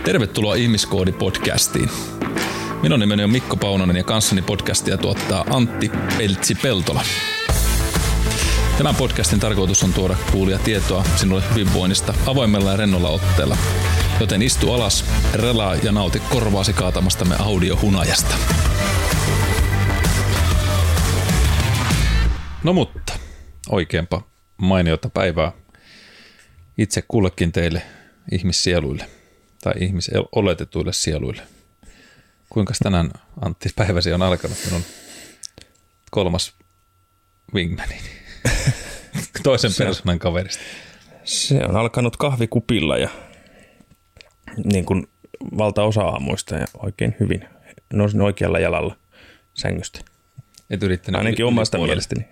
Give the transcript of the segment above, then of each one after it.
Tervetuloa Ihmiskoodi-podcastiin. Minun nimeni on Mikko Paunonen ja kanssani podcastia tuottaa Antti Peltsi-Peltola. Tämän podcastin tarkoitus on tuoda kuulia tietoa sinulle hyvinvoinnista avoimella ja rennolla otteella. Joten istu alas, relaa ja nauti korvaasi kaatamastamme audiohunajasta. No mutta, oikeinpa mainiota päivää itse kullekin teille ihmissieluille tai ihmisoletetuille sieluille. Kuinka tänään, Antti, päiväsi on alkanut minun kolmas wingmanini, toisen persoonan kaverista? Se on alkanut kahvikupilla ja niin kuin valtaosa aamuista ja oikein hyvin. Nousin oikealla jalalla sängystä. Et yrittänyt ainakin omasta mielestäni.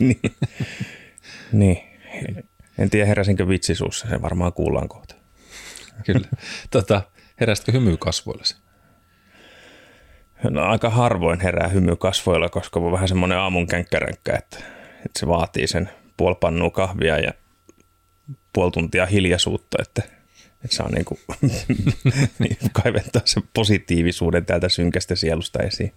Niin. En tiedä, heräsinkö vitsisuussa, se varmaan kuullaan kohta. Kyllä. Heräsitkö hymy kasvoillesi? No, aika harvoin herää hymy kasvoilla, koska on vähän semmoinen aamun känkkäränkkä, että se vaatii sen puoli pannua kahvia ja puoli tuntia hiljaisuutta, että saa niin kaivettaa sen positiivisuuden täältä synkästä sielusta esiin.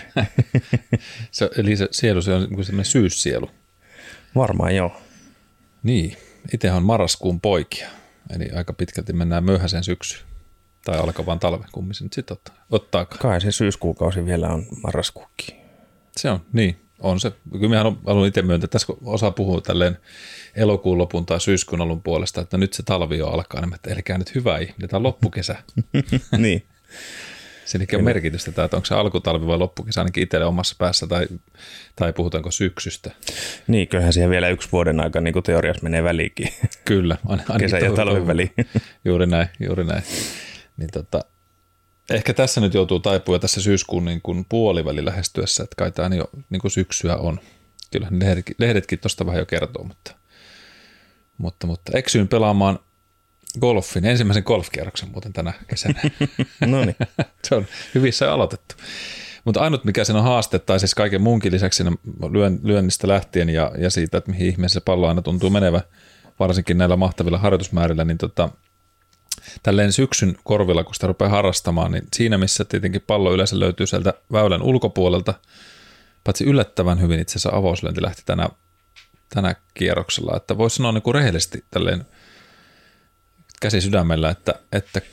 Eli se sielu, se on semmoinen syyssielu. Varmaan joo. Niin, itsehän on marraskuun poikia, eli aika pitkälti mennään myöhäiseen syksyyn. Tai alkavaan talven, kummin se nyt sitten ottaakaan. Kai se syyskuukausi vielä on marraskuukki. Se on, niin, on se. Kyllä minä haluan itse myöntää, että tässä osaa puhua tälleen elokuun lopun tai syyskuun alun puolesta, että nyt se talvi jo alkaa, niin että elikää nyt hyvä ihminen, tämä on loppukesä. Niin. Siinä on merkitystä, että onko se alkutalvi vai loppukesä ainakin itselle omassa päässä tai puhutaanko syksystä. Niin, kyllähän siihen vielä 1 vuoden aika niin kuin teoriassa menee väliinkin. Kyllä. Kesä ja talven väliin. Juuri näin. Niin ehkä tässä nyt joutuu taipua tässä syyskuun niin kuin puoliväli lähestyessä, että kai tämä jo niin kuin syksyä on. Kyllä lehdetkin tuosta vähän jo kertoo, mutta eksyin pelaamaan golfin, ensimmäisen golfkierroksen muuten tänä kesänä. No niin. Se on hyvissä aloitettu. Mutta ainut mikä sen on haaste, tai siis kaiken muunkin lisäksi lyönnistä lähtien ja siitä, että mihin ihmeessä se pallo aina tuntuu menevä, varsinkin näillä mahtavilla harjoitusmäärillä, niin tälleen syksyn korvilla, kun sitä rupeaa harrastamaan, niin siinä missä tietenkin pallo yleensä löytyy sieltä väylän ulkopuolelta, paitsi yllättävän hyvin itse asiassa avauslyönti lähti tänä kierroksella, että voisi sanoa niin kuin rehellisesti tälleen käsi sydämellä, että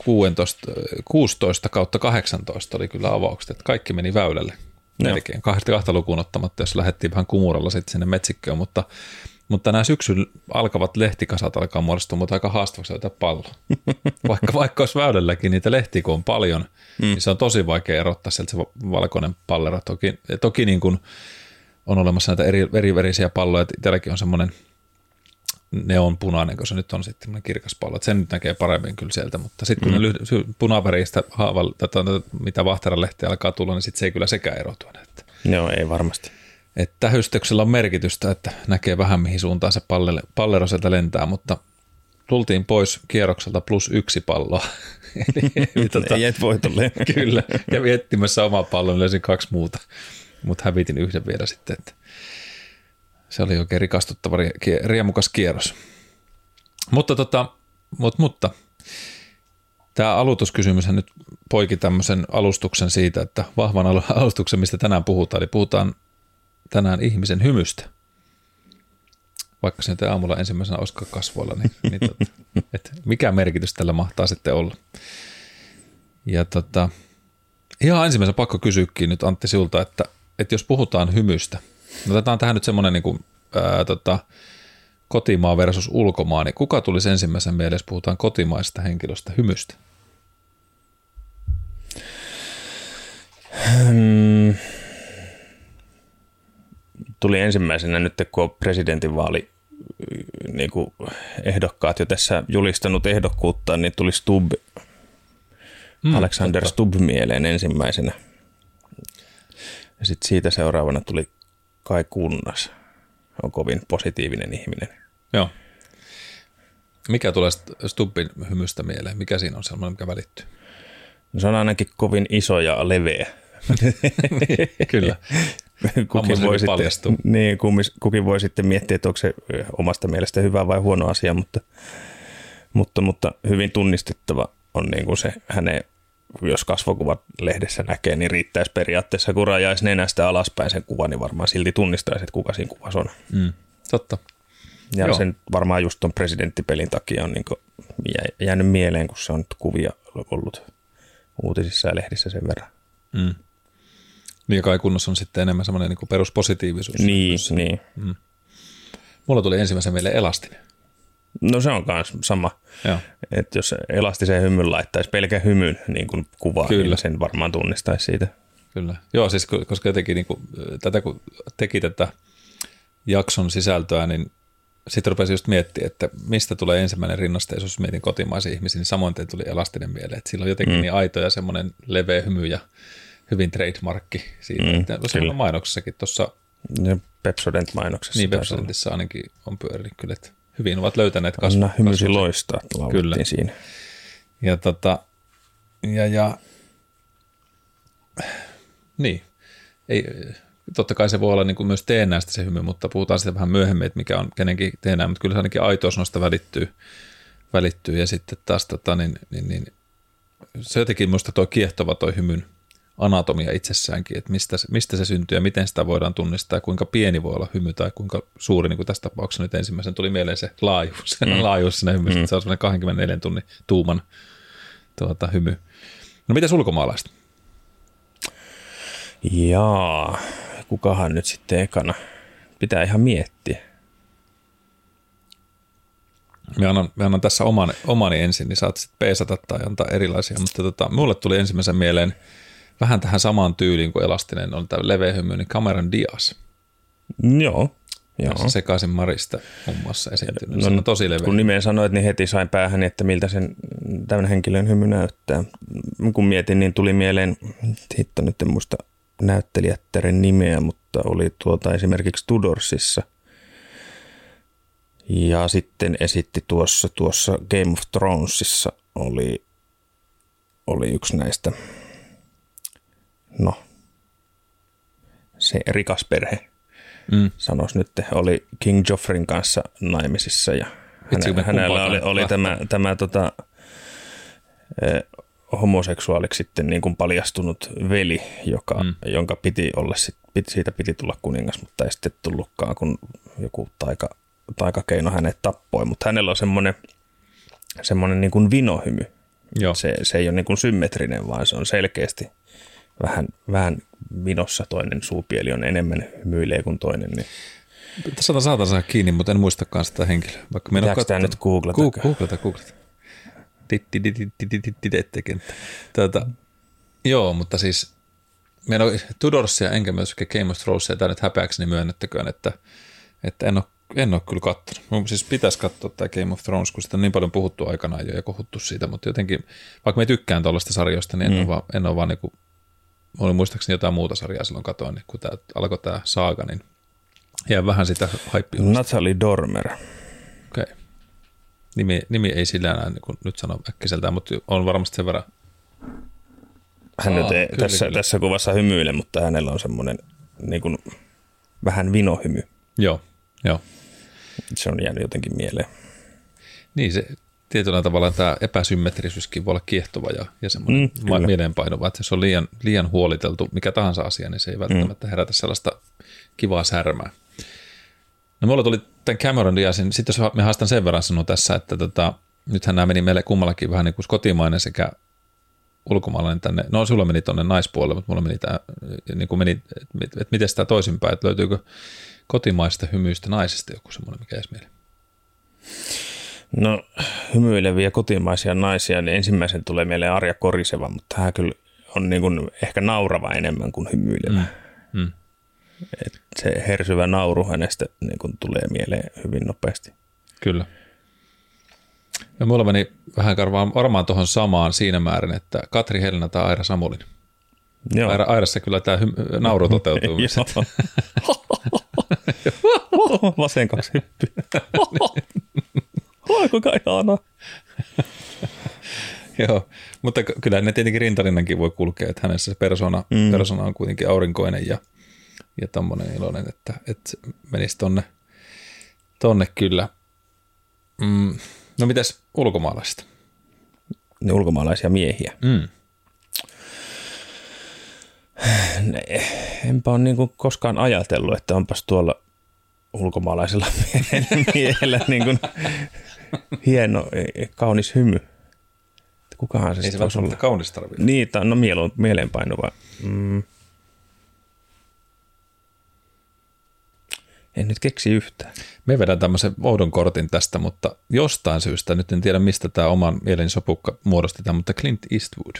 16/18 oli kyllä avaukset, että kaikki meni väylälle melkein, kahta lukuun ottamatta, jos lähdettiin vähän kumuralla sitten sinne metsikköön, mutta nämä syksyn alkavat lehtikasat alkaa muodostua, mutta aika haastavaksi löytää pallo. Vaikka olisi väylälläkin niitä lehtiä, kun on paljon, niin se on tosi vaikea erottaa sieltä se valkoinen pallero. Toki niin kuin on olemassa näitä eri palloja, että itselläkin on semmoinen neonpunainen, kun se nyt on sitten kirkas pallo, että sen nyt näkee paremmin kyllä sieltä, mutta sitten kun ne punaväristä mitä vahteralehtiä alkaa tulla, niin sitten se ei kyllä sekään erotua. Joo, ei varmasti. Että tähystyksellä on merkitystä, että näkee vähän mihin suuntaan se pallero sieltä lentää, mutta tultiin pois kierrokselta +1 palloa. Ei et voitolle. Kyllä, kävin etsimässä omaa pallon, löysin 2 muuta, mutta hävitin 1 vielä sitten. Että se oli oikein rikastuttava, riemukas kierros. Mutta tämä aloituskysymyshän nyt poiki tämmöisen alustuksen siitä, että vahvan alustuksen, mistä tänään puhutaan, eli puhutaan tänään ihmisen hymystä. Vaikka se nyt aamulla ensimmäisenä olisikaan kasvoilla, niin että mikä merkitys tällä mahtaa sitten olla. Ja ihan ensimmäisenä pakko kysyäkin nyt Antti sinulta, että jos puhutaan hymystä, otetaan tähän nyt semmoinen niin kuin, kotimaa versus ulkomaa, niin kuka tulisi ensimmäisen mieleen, jos puhutaan kotimaisesta henkilöstä hymystä? Tuli ensimmäisenä nyt, kun on presidentinvaali niin kuin ehdokkaat jo tässä julistanut ehdokkuutta, niin tuli Alexander Stubb mieleen ensimmäisenä. Ja sitten siitä seuraavana tuli Kai Kunnas. On kovin positiivinen ihminen. Joo. Mikä tulee Stubbin hymystä mieleen? Mikä siinä on sellainen, mikä välittyy? No, se on ainakin kovin iso ja leveä. Kyllä. Kukin voi sitten miettiä, että onko se omasta mielestä hyvä vai huono asia, mutta hyvin tunnistettava on niin kuin se hänen, jos kasvokuvat lehdessä näkee, niin riittäisi periaatteessa, kun rajaisi nenästä alaspäin sen kuvan, niin varmaan silti tunnistaisi, että kuka siinä kuvassa on. Totta. Ja Joo. sen varmaan just ton presidenttipelin takia on niin kuin jäänyt mieleen, kun se on nyt kuvia ollut uutisissa ja lehdissä sen verran. Niin kai kunnossa on sitten enemmän semmoinen niin peruspositiivisuus. Niin. Mulla tuli ensimmäisen meille elastinen. No se on myös sama, että jos elastisen hymyn laittaisi pelkän hymyn niin kuin kuvaa, Kyllä. niin sen varmaan tunnistaisi siitä. Kyllä. Joo, siis koska jotenkin niin kuin, kun teki tätä jakson sisältöä, niin sitten rupesin just miettimään, että mistä tulee ensimmäinen rinnasteisuus, jos mietin kotimaisia ihmisiä, niin samoin tuli elastinen mieleen. Että sillä on jotenkin niin aito ja semmoinen leveä hymy ja hyvin trademarkki siitä. Että se on mainoksessakin tuossa. Pepsodent-mainoksessa. Niin, Pepsodentissa ainakin on pyörinyt kyllä, että hyvin ovat löytäneet Anna hymysi loistaa, laulettiin siinä. Ja niin, ei, totta kai se voi olla niin kuin myös teennäistä se hymy, mutta puhutaan sitten vähän myöhemmin, että mikä on kenenkin teennää, mutta kyllä se ainakin aitous noista välittyy ja sitten taas se jotenkin minusta tuo kiehtova toi hymyn anatomia itsessäänkin, että mistä se syntyy ja miten sitä voidaan tunnistaa ja kuinka pieni voi olla hymy tai kuinka suuri, niin kuin tässä tapauksessa nyt ensimmäisen tuli mieleen se laajuus siinä hymyssä, että se on semmoinen 24 tunnin tuuman hymy. No mitäs ulkomaalaiset? Jaa, kukahan nyt sitten ekana? Pitää ihan miettiä. Mä annan tässä omani ensin, niin saat sitten peesata tai antaa erilaisia, mutta mulle tuli ensimmäisen mieleen vähän tähän samaan tyyliin kuin elastinen on tämä leveä hymy, niin Cameron Diaz. Joo. Sekaisin Marista muun muassa esiintynyt. Se on tosi leveä. Kun nimeen sanoit, niin heti sain päähän, että miltä tämän henkilön hymy näyttää. Kun mietin, niin tuli mieleen, hitto nyt en muista näyttelijättären nimeä, mutta oli esimerkiksi Tudorsissa. Ja sitten esitti tuossa Game of Thronesissa oli yksi näistä, se rikas perhe, sanois nyt, oli King Joffreyn kanssa naimisissa ja hänellä oli tämä homoseksuaaliksi sitten niin kuin paljastunut veli, jonka siitä piti tulla kuningas, mutta ei sitten tullutkaan, kun joku taikakeino hänet tappoi, mutta hänellä on semmoinen niin kuin vinohymy. Joo. Se ei ole niin kuin symmetrinen, vaan se on selkeästi vähän vinossa, toinen suupieli on enemmän hymyilee kuin toinen. Niin. Tässä saatan saada kiinni, mutta en muistakaan sitä henkilöä. Pitääkö tämä nyt googlata? Googlata. Joo, mutta siis meillä on Tudorsia enkä myöskään Game of Thronesia, tämä nyt häpeäkseni myönnettäköön, että en ole kyllä katsonut. Mun siis pitäisi katsoa tämä Game of Thrones, kun sitä on niin paljon puhuttu aikanaan jo ja kohuttu siitä, mutta jotenkin, vaikka me tykkään tuollaista sarjoista, niin en ole vaan niin kuin, oli muistaakseni jotain muuta sarjaa silloin katoin, niin kun alkoi tämä saaga, niin jää vähän sitä haippia. Natalie Dormer. Okei. Nimi ei sillä enää niin kuin nyt sano äkkiseltään, mutta on varmasti sen verran. Hän nyt ei tässä kuvassa hymyile, mutta hänellä on semmoinen niin kuin vähän vinohymy. Joo. Se on jäänyt jotenkin mieleen. Niin, se tietyllä tavalla tämä epäsymmetrisyyskin voi olla kiehtova ja semmoinen mieleenpainuva, että jos on liian huoliteltu mikä tahansa asia, niin se ei välttämättä herätä sellaista kivaa särmää. No mulla tuli tämän Cameron Diazin, sitten jos me haastan sen verran sanoa tässä, että nythän nämä meni meille kummallakin vähän niin kuin kotimainen sekä ulkomaalainen tänne, no sulla meni tuonne naispuolelle, mutta mulla meni tämä, niin kuin meni, että miten sitä toisinpäin, että löytyykö kotimaista hymyistä naisista joku semmoinen, mikä edes mieleen? No hymyileviä kotimaisia naisia, niin ensimmäisen tulee mieleen Arja Koriseva, mutta hän kyllä on niin kuin ehkä naurava enemmän kuin hymyilevä. Et se hersyvä nauru hänestä niin kuin tulee mieleen hyvin nopeasti. Kyllä. Ja mulla meni vähän varmaan tuohon samaan siinä määrin, että Katri Helena tai Aira Samulin. Joo. Airassa kyllä tämä nauru toteutuu. Vasen kaksi hyppyä. Oi, kuinka ihanaa. Joo, mutta kyllä ne tietenkin rintarinnankin voi kulkea, että hänessä se persona on kuitenkin aurinkoinen ja tommoinen iloinen, että menisi tonne kyllä. No mitäs ulkomaalaisista? ulkomaalaisia miehiä. Enpä ole niin koskaan ajatellut, että onpas tuolla ulkomaalaisella miehellä niin kuin hieno, kaunis hymy. Kukahan se sitten voisi olla? Kaunis tarvitse. Niin, no mieleenpainuva. En nyt keksi yhtään. Me vedän tämmöisen oudon kortin tästä, mutta jostain syystä, nyt en tiedä mistä tämä oman mieleni sopukka muodostetaan, mutta Clint Eastwood.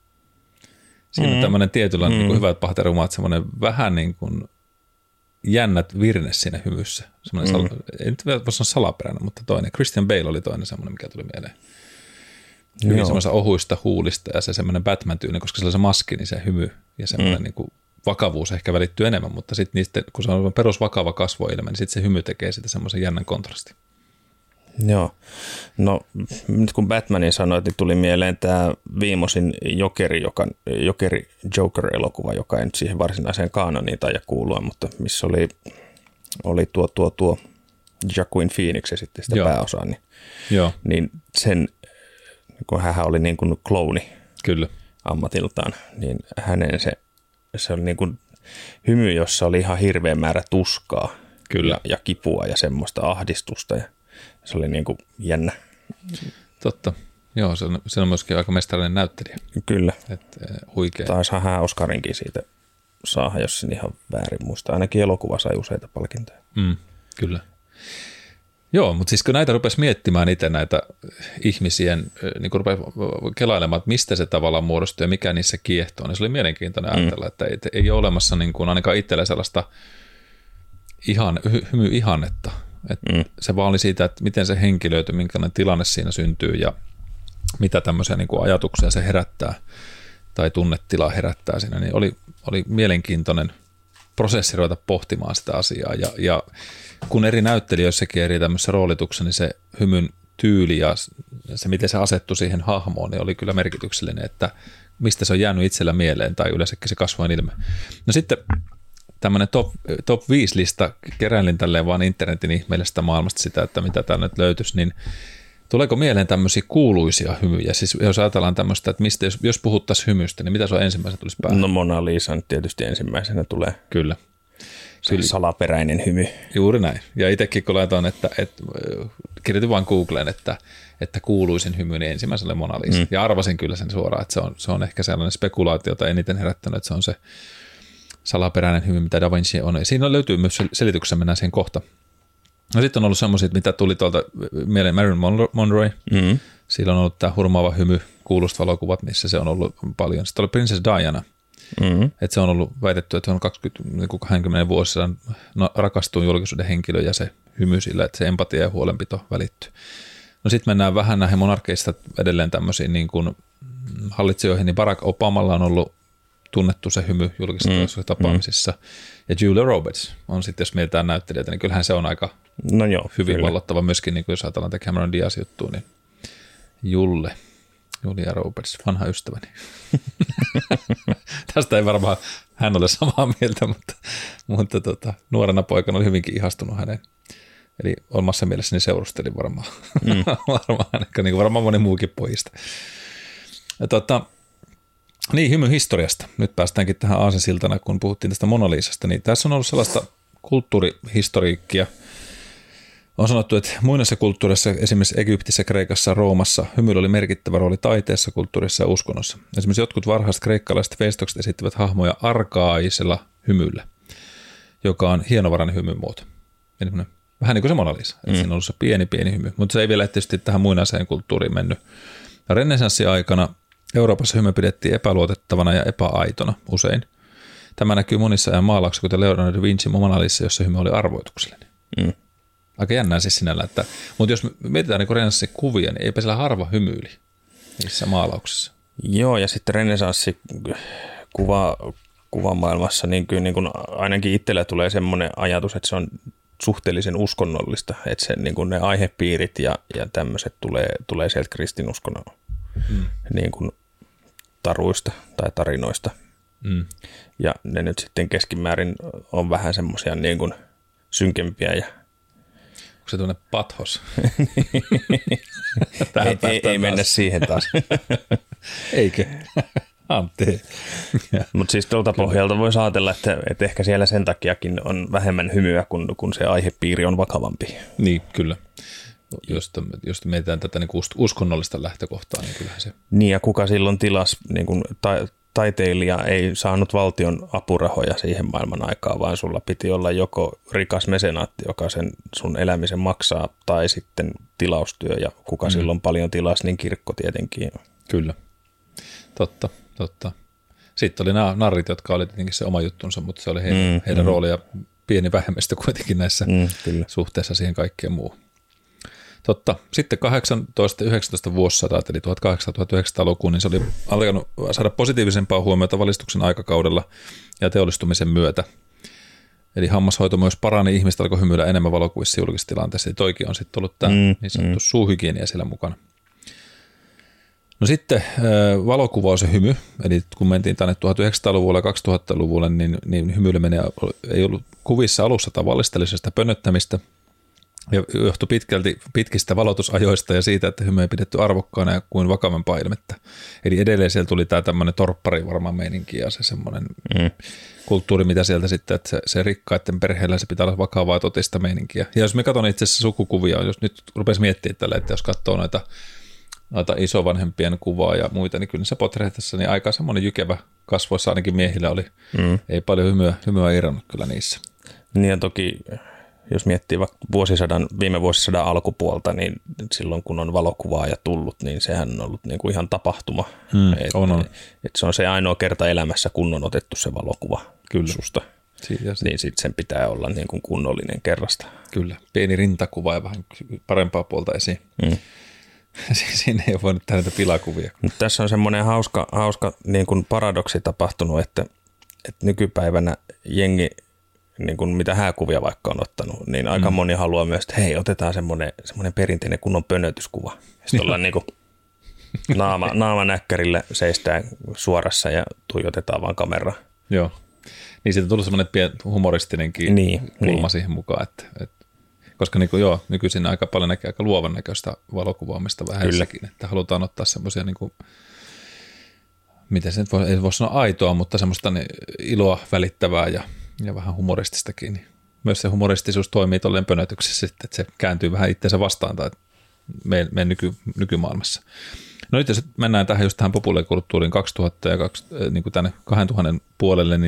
Siinä on tämmöinen tietynlainen niin kuin hyvät pahat erumaat, semmoinen vähän niin kuin jännät virne siinä hymyssä. Ei nyt voi sanoa salaperäinen, mutta toinen. Christian Bale oli toinen semmoinen, mikä tuli mieleen. Hyvin semmoista ohuista huulista ja se semmoinen Batman-tyyli, koska sillä on se maski, niin se hymy ja semmoinen niin kuin vakavuus ehkä välittyy enemmän, mutta sitten niistä, kun se on perusvakava kasvoilme, niin sitten se hymy tekee sitä semmoisen jännän kontrasti. Joo. No nyt kun Batmanin sanoit, niin tuli mieleen tämä viimeisin Joker-elokuva, joka ei nyt siihen varsinaiseen kaanoniin taida kuulua, mutta missä oli tuo Joaquin Phoenix ja sitten sitä pääosaa, niin sen, kun hän oli niin kuin klouni Kyllä. ammatiltaan, niin hänen se oli niin kuin hymy, jossa oli ihan hirveä määrä tuskaa Kyllä. Ja kipua ja semmoista ahdistusta ja se oli niin kuin jännä. Totta. Joo, se on myöskin aika mestarinen näyttelijä. Kyllä. Huikea. Taisihan hän Oscarinkin siitä saada, jos sen ihan väärin muista. Ainakin elokuva sai useita palkintoja. Kyllä. Joo, mutta siis kun näitä rupesi miettimään itse näitä ihmisien, niin kun rupesi kelailemaan, että mistä se tavallaan muodostuu ja mikä niissä kiehtoo, niin se oli mielenkiintoinen ajatella, että ei ole olemassa niin kuin ainakaan itsellä sellaista hymyihannetta. Se vaan oli siitä, että miten se henkilöity, minkälainen tilanne siinä syntyy ja mitä tämmöisiä niin kuin ajatuksia se herättää tai tunnetila herättää siinä, niin oli mielenkiintoinen prosessi ruveta pohtimaan sitä asiaa ja kun eri näyttelijöissäkin eri tämmöisessä roolituksessa, niin se hymyn tyyli ja se, miten se asettui siihen hahmoon, niin oli kyllä merkityksellinen, että mistä se on jäänyt itsellä mieleen tai yleensäkin se kasvoin ilme. No sitten tämmöinen top 5-lista, keräilin tälleen vaan internetin ihmeellisestä maailmasta sitä, että mitä täällä nyt löytyisi, niin tuleeko mieleen tämmöisiä kuuluisia hymyjä? Siis jos ajatellaan tämmöistä, että mistä, jos puhuttaisiin hymystä, niin mitä se on ensimmäisenä tulisi päähän? No Mona Lisa nyt tietysti ensimmäisenä tulee. Kyllä. Salaperäinen hymy. Juuri näin. Ja itsekin kun laitoin, että kirjoitin vaan Googleen, että kuuluisin hymy, niin ensimmäiselle Mona Lisa. Ja arvasin kyllä sen suoraan, että se on ehkä sellainen spekulaatio, jota eniten herättänyt, että se on se salaperäinen hymy, mitä Da Vinci on. Siinä löytyy myös selityksessä, mennään siihen kohta. No sitten on ollut semmoisia, mitä tuli tuolta mieleen Marilyn Monroe. Sillä on ollut tämä hurmaava hymy, kuuluisat valokuvat, missä se on ollut paljon. Sitten oli Princess Diana. Että se on ollut väitetty, että se on 20 vuosina rakastuu julkisuuden henkilö ja se hymy sillä, että se empatia ja huolenpito välittyy. No sitten mennään vähän näihin monarkeista edelleen tämmöisiin niin kuin hallitsijoihin, niin Barack Obamalla on ollut tunnettu se hymy julkisissa tapaamisissa. Ja Julia Roberts on sitten, jos mietitään näyttelijöitä, niin kyllähän se on aika hyvin vallottava myöskin, niin kuin jos ajatellaan tämä Cameron Diaz-juttua, niin Julia Roberts, vanha ystäväni. Tästä ei varmaan hän ole samaa mieltä, mutta nuorena poikana oli hyvinkin ihastunut hänen. Eli omassa mielessäni seurustelin varmaan. Niin kuin varmaan moni muukin pojista. Ja niin, hymyn historiasta. Nyt päästäänkin tähän aasinsiltana, kun puhuttiin tästä Mona Lisasta. Niin tässä on ollut sellaista kulttuurihistoriikkia. On sanottu, että muinaisessa kulttuurissa, esimerkiksi Egyptissä, Kreikassa, Roomassa, hymyllä oli merkittävä rooli taiteessa, kulttuurissa ja uskonnossa. Esimerkiksi jotkut varhaiset kreikkalaiset veistokset esittivät hahmoja arkaaisella hymyllä, joka on hienovarainen hymyn muoto. Vähän niin kuin se Mona Lisa, että siinä on ollut se pieni hymy, mutta se ei vielä tietysti tähän muinaiseen kulttuuriin mennyt. Renessanssiaikana Euroopassa hymy pidettiin epäluotettavana ja epäaitona usein. Tämä näkyy monissa ajan maalauksissa, kuten Leonardo da Vinci Mona Lisa, jossa hymy oli arvoituksellinen. Aika jännää siis sinällä, mutta jos mietitään niin renesanssin kuvia, niin eipä siellä harva hymyili niissä maalauksissa. Joo, ja sitten renesanssi kuvamaailmassa niin kyllä niin kuin ainakin itsellä tulee semmoinen ajatus, että se on suhteellisen uskonnollista, että se, niin kuin ne aihepiirit ja tämmöiset tulee sieltä kristinuskonnon niin kuin taruista tai tarinoista. Ja ne nyt sitten keskimäärin on vähän semmoisia niin kuin synkempiä ja Onko se tuonne pathos? ei mennä siihen taas. Eikö? Antti. Mutta siis tuolta pohjalta voisi ajatella, että ehkä siellä sen takiakin on vähemmän hymyä, kun se aihepiiri on vakavampi. Niin, kyllä. Jos mietitään tätä niin uskonnollista lähtökohtaa, niin kyllähän se... Niin, ja kuka silloin tilasi, niin kun taiteilija ei saanut valtion apurahoja siihen maailman aikaan, vaan sulla piti olla joko rikas mesenaatti, joka sen sun elämisen maksaa, tai sitten tilaustyö, ja kuka silloin paljon tilasi, niin kirkko tietenkin. Kyllä, totta. Sitten oli nämä narrit, jotka oli tietenkin se oma juttunsa, mutta se oli heidän rooli ja pieni vähemmistö kuitenkin näissä suhteessa siihen kaikkeen muuhun. Totta. Sitten 18-19 vuosisadat, eli 1800-1900-lukuun, niin se oli alkanut saada positiivisempaa huomiota valistuksen aikakaudella ja teollistumisen myötä. Eli hammashoito myös parani, ihmiset alkoi hymyillä enemmän valokuvissa julkisissa tilanteissa, eli toikin on sitten ollut tämä niin sanottu suuhygienia siellä mukana. No sitten valokuvaus ja hymy, eli kun mentiin tänne 1900-luvulle ja 2000-luvulle, niin hymyileminen ei ollut kuvissa alussa tavallistellisesta pönöttämistä, ja johtui pitkistä valotusajoista ja siitä, että hymy ei pidetty arvokkaana kuin vakavampaa ilmettä. Eli edelleen siellä tuli tämä tämmöinen torppari varmaan meininki ja se semmoinen kulttuuri, mitä sieltä sitten, että se rikkaiden perheellä se pitää olla vakavaa ja totista meininkiä. Ja jos me katson itse asiassa sukukuvia, jos nyt rupesi miettimään tällä, että jos katsoo noita isovanhempien kuvaa ja muita, niin kyllä se potrehtissa niin aika semmoinen jykevä kasvoissa ainakin miehillä oli. Ei paljon hymyä irronnut kyllä niissä. Niin ja toki, jos miettii vaikka viime vuosisadan alkupuolta, niin silloin kun on valokuvaaja tullut, niin sehän on ollut niin kuin ihan tapahtuma. Se on se ainoa kerta elämässä, kun on otettu se valokuva susta. Niin sitten sen pitää olla niin kuin kunnollinen kerrasta. Kyllä, pieni rintakuva ja vähän parempaa puolta esiin. Siinä ei ole voinut tehdä näitä pilakuvia. Tässä on semmoinen hauska niin kuin paradoksi tapahtunut, että nykypäivänä jengi, niin kuin mitä hääkuvia vaikka on ottanut, niin aika moni haluaa myös, että hei, otetaan semmoinen perinteinen kunnon pönötyskuva. Sitten ollaan niin kuin naama näkkärille seistään suorassa ja tuijotetaan vaan kameraan. Joo, niin siitä on tullut semmoinen humoristinenkin kulma siihen mukaan, että koska nykyisin aika paljon näkee aika luovan näköistä valokuvaamista vähäissäkin, että halutaan ottaa semmoisia, miten se nyt ei voi sanoa aitoa, mutta semmoista iloa välittävää ja vähän humorististakin. Niin myös se humoristisuus toimii tolleen pönötyksessä sitten, että se kääntyy vähän itseensä vastaan tai meidän nykymaailmassa. No nyt jos mennään tähän populaarikulttuuriin 2000 ja niin kuin tänne 2000 puolelle,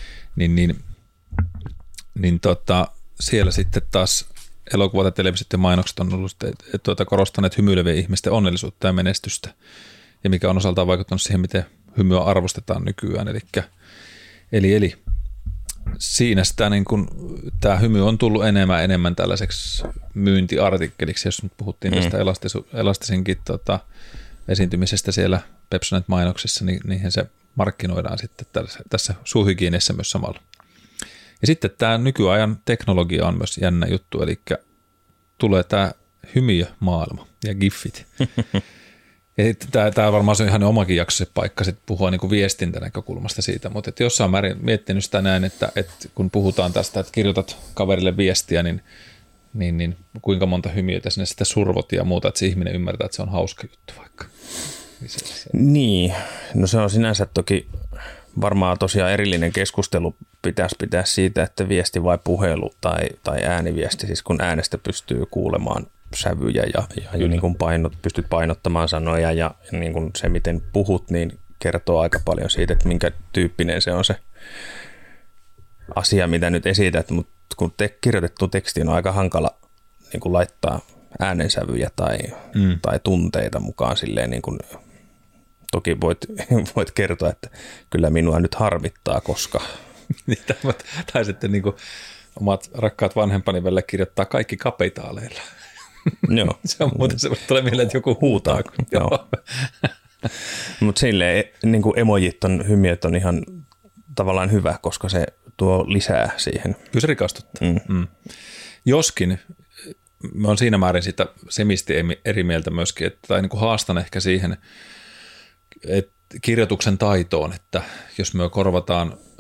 niin siellä sitten taas elokuvat ja televisit ja mainokset on ollut korostaneet hymyilevien ihmisten onnellisuutta ja menestystä, ja mikä on osaltaan vaikuttanut siihen, miten hymyä arvostetaan nykyään. Eli siinä sitä tämä hymy on tullut enemmän tällaiseksi myyntiartikkeliksi, jos nyt puhuttiin tästä elastisenkin esiintymisestä siellä Pepsodent-mainoksissa, niin niihin se markkinoidaan sitten tässä suuhygieniassa myös samalla. Ja sitten tämä nykyajan teknologia on myös jännä juttu, eli tulee tämä hymiömaailma ja giffit. Ja tämä varmaan se on ihan omakin jakso se paikka sitten puhua niin kuin viestintänäkökulmasta siitä, mutta että jossain määrin miettinyt sitä näin, että kun puhutaan tästä, että kirjoitat kaverille viestiä, niin kuinka monta hymiötä sinne sitä survot ja muuta, että se ihminen ymmärtää, että se on hauska juttu vaikka. Niin, no se on sinänsä toki varmaan tosiaan erillinen keskustelu pitäisi pitää siitä, että viesti vai puhelu tai ääniviesti, siis kun äänestä pystyy kuulemaan sävyjä ja niin kuin pystyt painottamaan sanoja ja niin kuin se, miten puhut, niin kertoo aika paljon siitä, että minkä tyyppinen se on se asia, mitä nyt esität, mutta kun kirjoitettu teksti on aika hankala niin kuin laittaa äänensävyjä tai tunteita mukaan silleen niin kuin. Toki voit kertoa, että kyllä minua nyt harmittaa, koska. Tai sitten niin kuin omat rakkaat vanhempani välillä kirjoittaa kaikki kapitaaleilla. Joo. Se on muuten se, tulee mieleen, että joku huutaa. Joo. Mutta silleen niin kuin emojit hymiöt on ihan tavallaan hyvä, koska se tuo lisää siihen. Kyllä se rikastuttaa. Joskin mä oon siinä määrin sitä semisti eri mieltä myöskin, tai niin kuin haastan ehkä siihen, että kirjoituksen taitoon, että jos me korvataan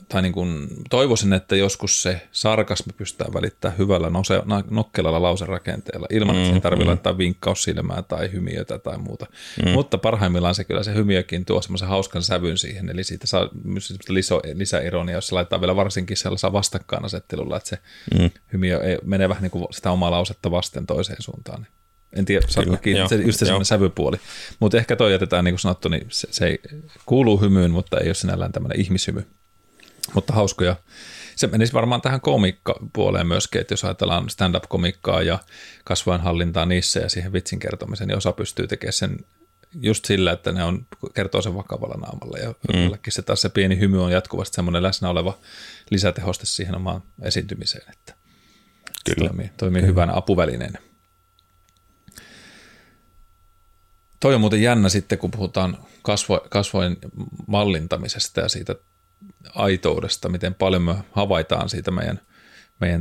tai niin kuin toivoisin, että joskus se sarkasmi pystytään välittämään hyvällä nokkelalla lauserakenteella ilman, että siihen tarvitsee laittaa vinkkaussilmää tai hymiötä tai muuta. Mutta parhaimmillaan se hymiökin tuo semmoisen hauskan sävyn siihen, eli siitä saa myös lisäironia, jos se laittaa vielä varsinkin sellaisella vastakkainasettelulla, että se hymiö menee vähän niin kuin sitä omaa lausetta vasten toiseen suuntaan. En tiedä, saatko kiinni, just se semmoinen sävypuoli. Mutta ehkä toi jätetään, niin kuin sanottu, niin se kuuluu hymyyn, mutta ei ole sinällään tämmöinen ihmishymy. Mutta hauskoja. Se menisi varmaan tähän komiikkapuoleen myöskin, että jos ajatellaan stand-up-komikkaa ja kasvojenhallintaa niissä ja siihen vitsin kertomisen, niin osa pystyy tekemään sen just sillä, että ne kertoo sen vakavalla naamalla. Ja se taas se pieni hymy on jatkuvasti semmoinen läsnä oleva lisätehoste siihen omaan esiintymiseen, että toimii hyvänä apuvälineenä. Toi on muuten jännä sitten, kun puhutaan kasvojen mallintamisesta ja siitä aitoudesta, miten paljon me havaitaan siitä meidän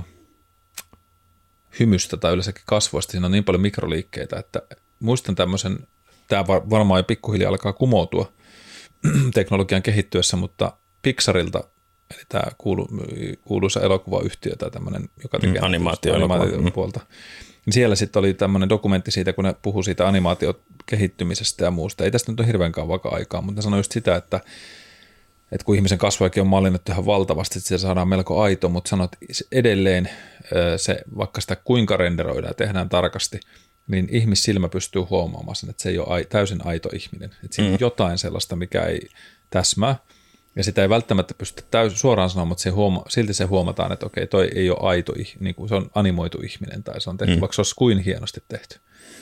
hymystä tai yleensäkin kasvoista. Siinä on niin paljon mikroliikkeitä, että muistan tämmöisen, tämä varmaan jo pikkuhiljaa alkaa kumoutua teknologian kehittyessä, mutta Pixarilta, eli tämä kuuluisa elokuvayhtiö tai tämmöinen, joka tekee animaatiopuolta, niin siellä sitten oli tämmöinen dokumentti siitä, kun ne puhuu siitä animaatiokehittymisestä ja muusta. Ei tästä nyt ole hirveän kauan aikaa, mutta ne sanoi just sitä, että kun ihmisen kasvoikin on mallinnettu ihan valtavasti, että siitä saadaan melko aito, mutta sanoi, että edelleen se, vaikka sitä kuinka renderoidaan ja tehdään tarkasti, niin ihmissilmä pystyy huomaamaan sen, että se ei ole täysin aito ihminen. Että siinä on jotain sellaista, mikä ei täsmää, ja sitä ei välttämättä pysty suoraan sanomaan, mutta silti se huomataan, että okei, toi ei ole aito, niin kuin se on animoitu ihminen, tai se on tehty, vaikka se olisi kuin hienosti tehty.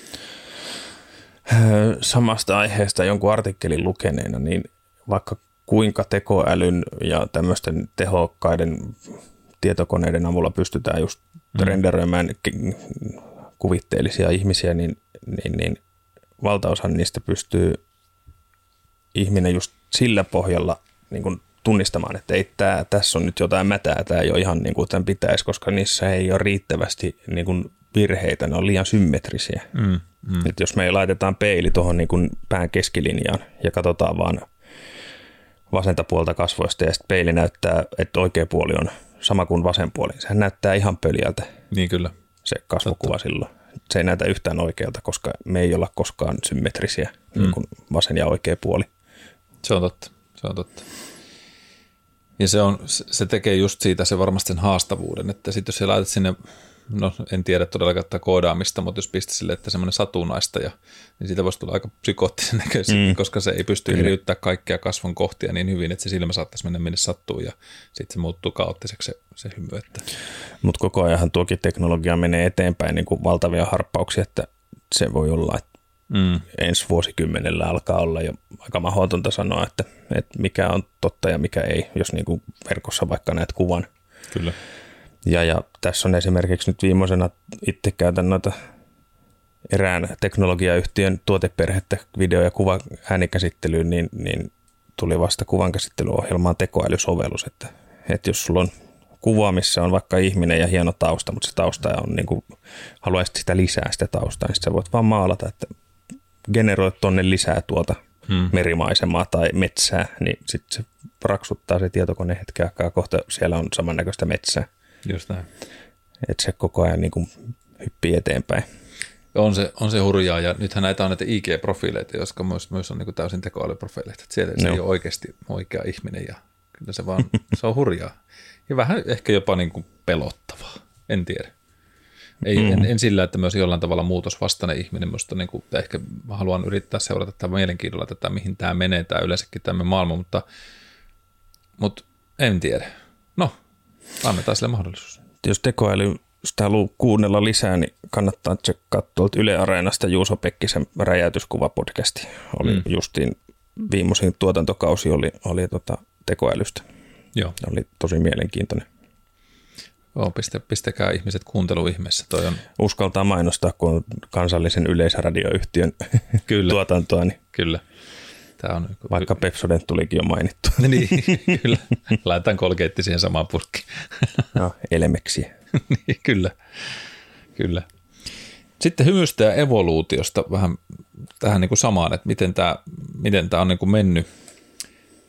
Samasta aiheesta jonkun artikkelin lukeneena, niin vaikka kuinka tekoälyn ja tämmöisten tehokkaiden tietokoneiden avulla pystytään just renderöimään kuvitteellisia ihmisiä, niin valtaosan niistä pystyy ihminen just sillä pohjalla niin kuin tunnistamaan, että ei tässä on nyt jotain mätää, tämä ei ole ihan niin kuin tämän pitäisi, koska niissä ei ole riittävästi niin kuin virheitä, ne on liian symmetrisiä. Että jos me laitetaan peili tuohon niin kuin pään keskilinjaan ja katsotaan vaan vasenta puolta kasvoista ja sitten peili näyttää, että oikea puoli on sama kuin vasen puoli, sehän näyttää ihan pöljältä. Niin kyllä. Se kasvokuva silloin. Se ei näytä yhtään oikealta, koska me ei olla koskaan symmetrisiä, niin kuin vasen ja oikea puoli. Se on totta. Ja se tekee just siitä se varmasti sen haastavuuden, että sitten jos sä laitat sinne, no en tiedä todellakaan tätä koodaamista, mutta jos pistät sille, että semmoinen satunnaista, niin siitä voisi tulla aika psykoottisen näköisesti, koska se ei pysty eriyttämään kaikkia kasvon kohtia niin hyvin, että se silmä saattaisi mennä minne sattuu ja sitten se muuttuu kaoottiseksi se hymy. Mutta koko ajan tuokin teknologia menee eteenpäin niin kuin valtavia harppauksia, että se voi olla, että ensi vuosikymmenellä alkaa olla jo aika mahdotonta sanoa, että mikä on totta ja mikä ei, jos niin kuin verkossa vaikka näet kuvan. Kyllä. Ja tässä on esimerkiksi nyt viimeisenä itse käytän noita erään teknologiayhtiön tuoteperhettä video- ja kuva-äänikäsittelyyn, niin tuli vasta kuvankäsittelyohjelmaan tekoälysovellus, että jos sulla on kuva, missä on vaikka ihminen ja hieno tausta, mutta se tausta on niin kuin, haluaisit sitä lisää sitä taustaa, niin sä voit vaan maalata, että generoit tonne lisää tuota merimaisemaa tai metsää, niin sitten se raksuttaa se tietokone hetken aikaa, kohta siellä on samannäköistä metsää. Just näin. Että se koko ajan niin kuin hyppii eteenpäin. On se hurjaa, ja nythän näitä on näitä IG-profiileita, jotka myös on niin kuin täysin tekoälyprofiileita. Siellä se ei ole oikeasti oikea ihminen, ja kyllä se vaan, se on hurjaa. Ja vähän ehkä jopa niin kuin pelottavaa, en tiedä. En sillä, että myös jollain tavalla muutosvastainen ihminen, minusta niin kuin, ehkä haluan yrittää seurata tämän mielenkiinnolla tätä, mihin tämä menee, tämä yleensäkin tämä maailma, mutta en tiedä. No, annetaan sille mahdollisuus. Jos tekoäly sitä haluaa kuunnella lisää, niin kannattaa tsekkaa tuolta Yle Areenasta Juuso Pekkisen räjäytyskuvapodcasti. Oli justiin viimeisin tuotantokausi oli tekoälystä. Joo. Oli tosi mielenkiintoinen. Joo, pistäkää ihmiset kuunteluun ihmeessä. Toi on... Uskaltaa mainostaa, kun on kansallisen yleisradioyhtiön tuotantoa. Niin kyllä. Tämä on... Vaikka Pepsodent tulikin jo mainittu. Niin, kyllä. Laitetaan Colgate siihen samaan purkkiin. No, elemeksiä. Niin, kyllä. Sitten hymystä ja evoluutiosta vähän tähän niin kuin samaan, että miten tämä on niin kuin mennyt.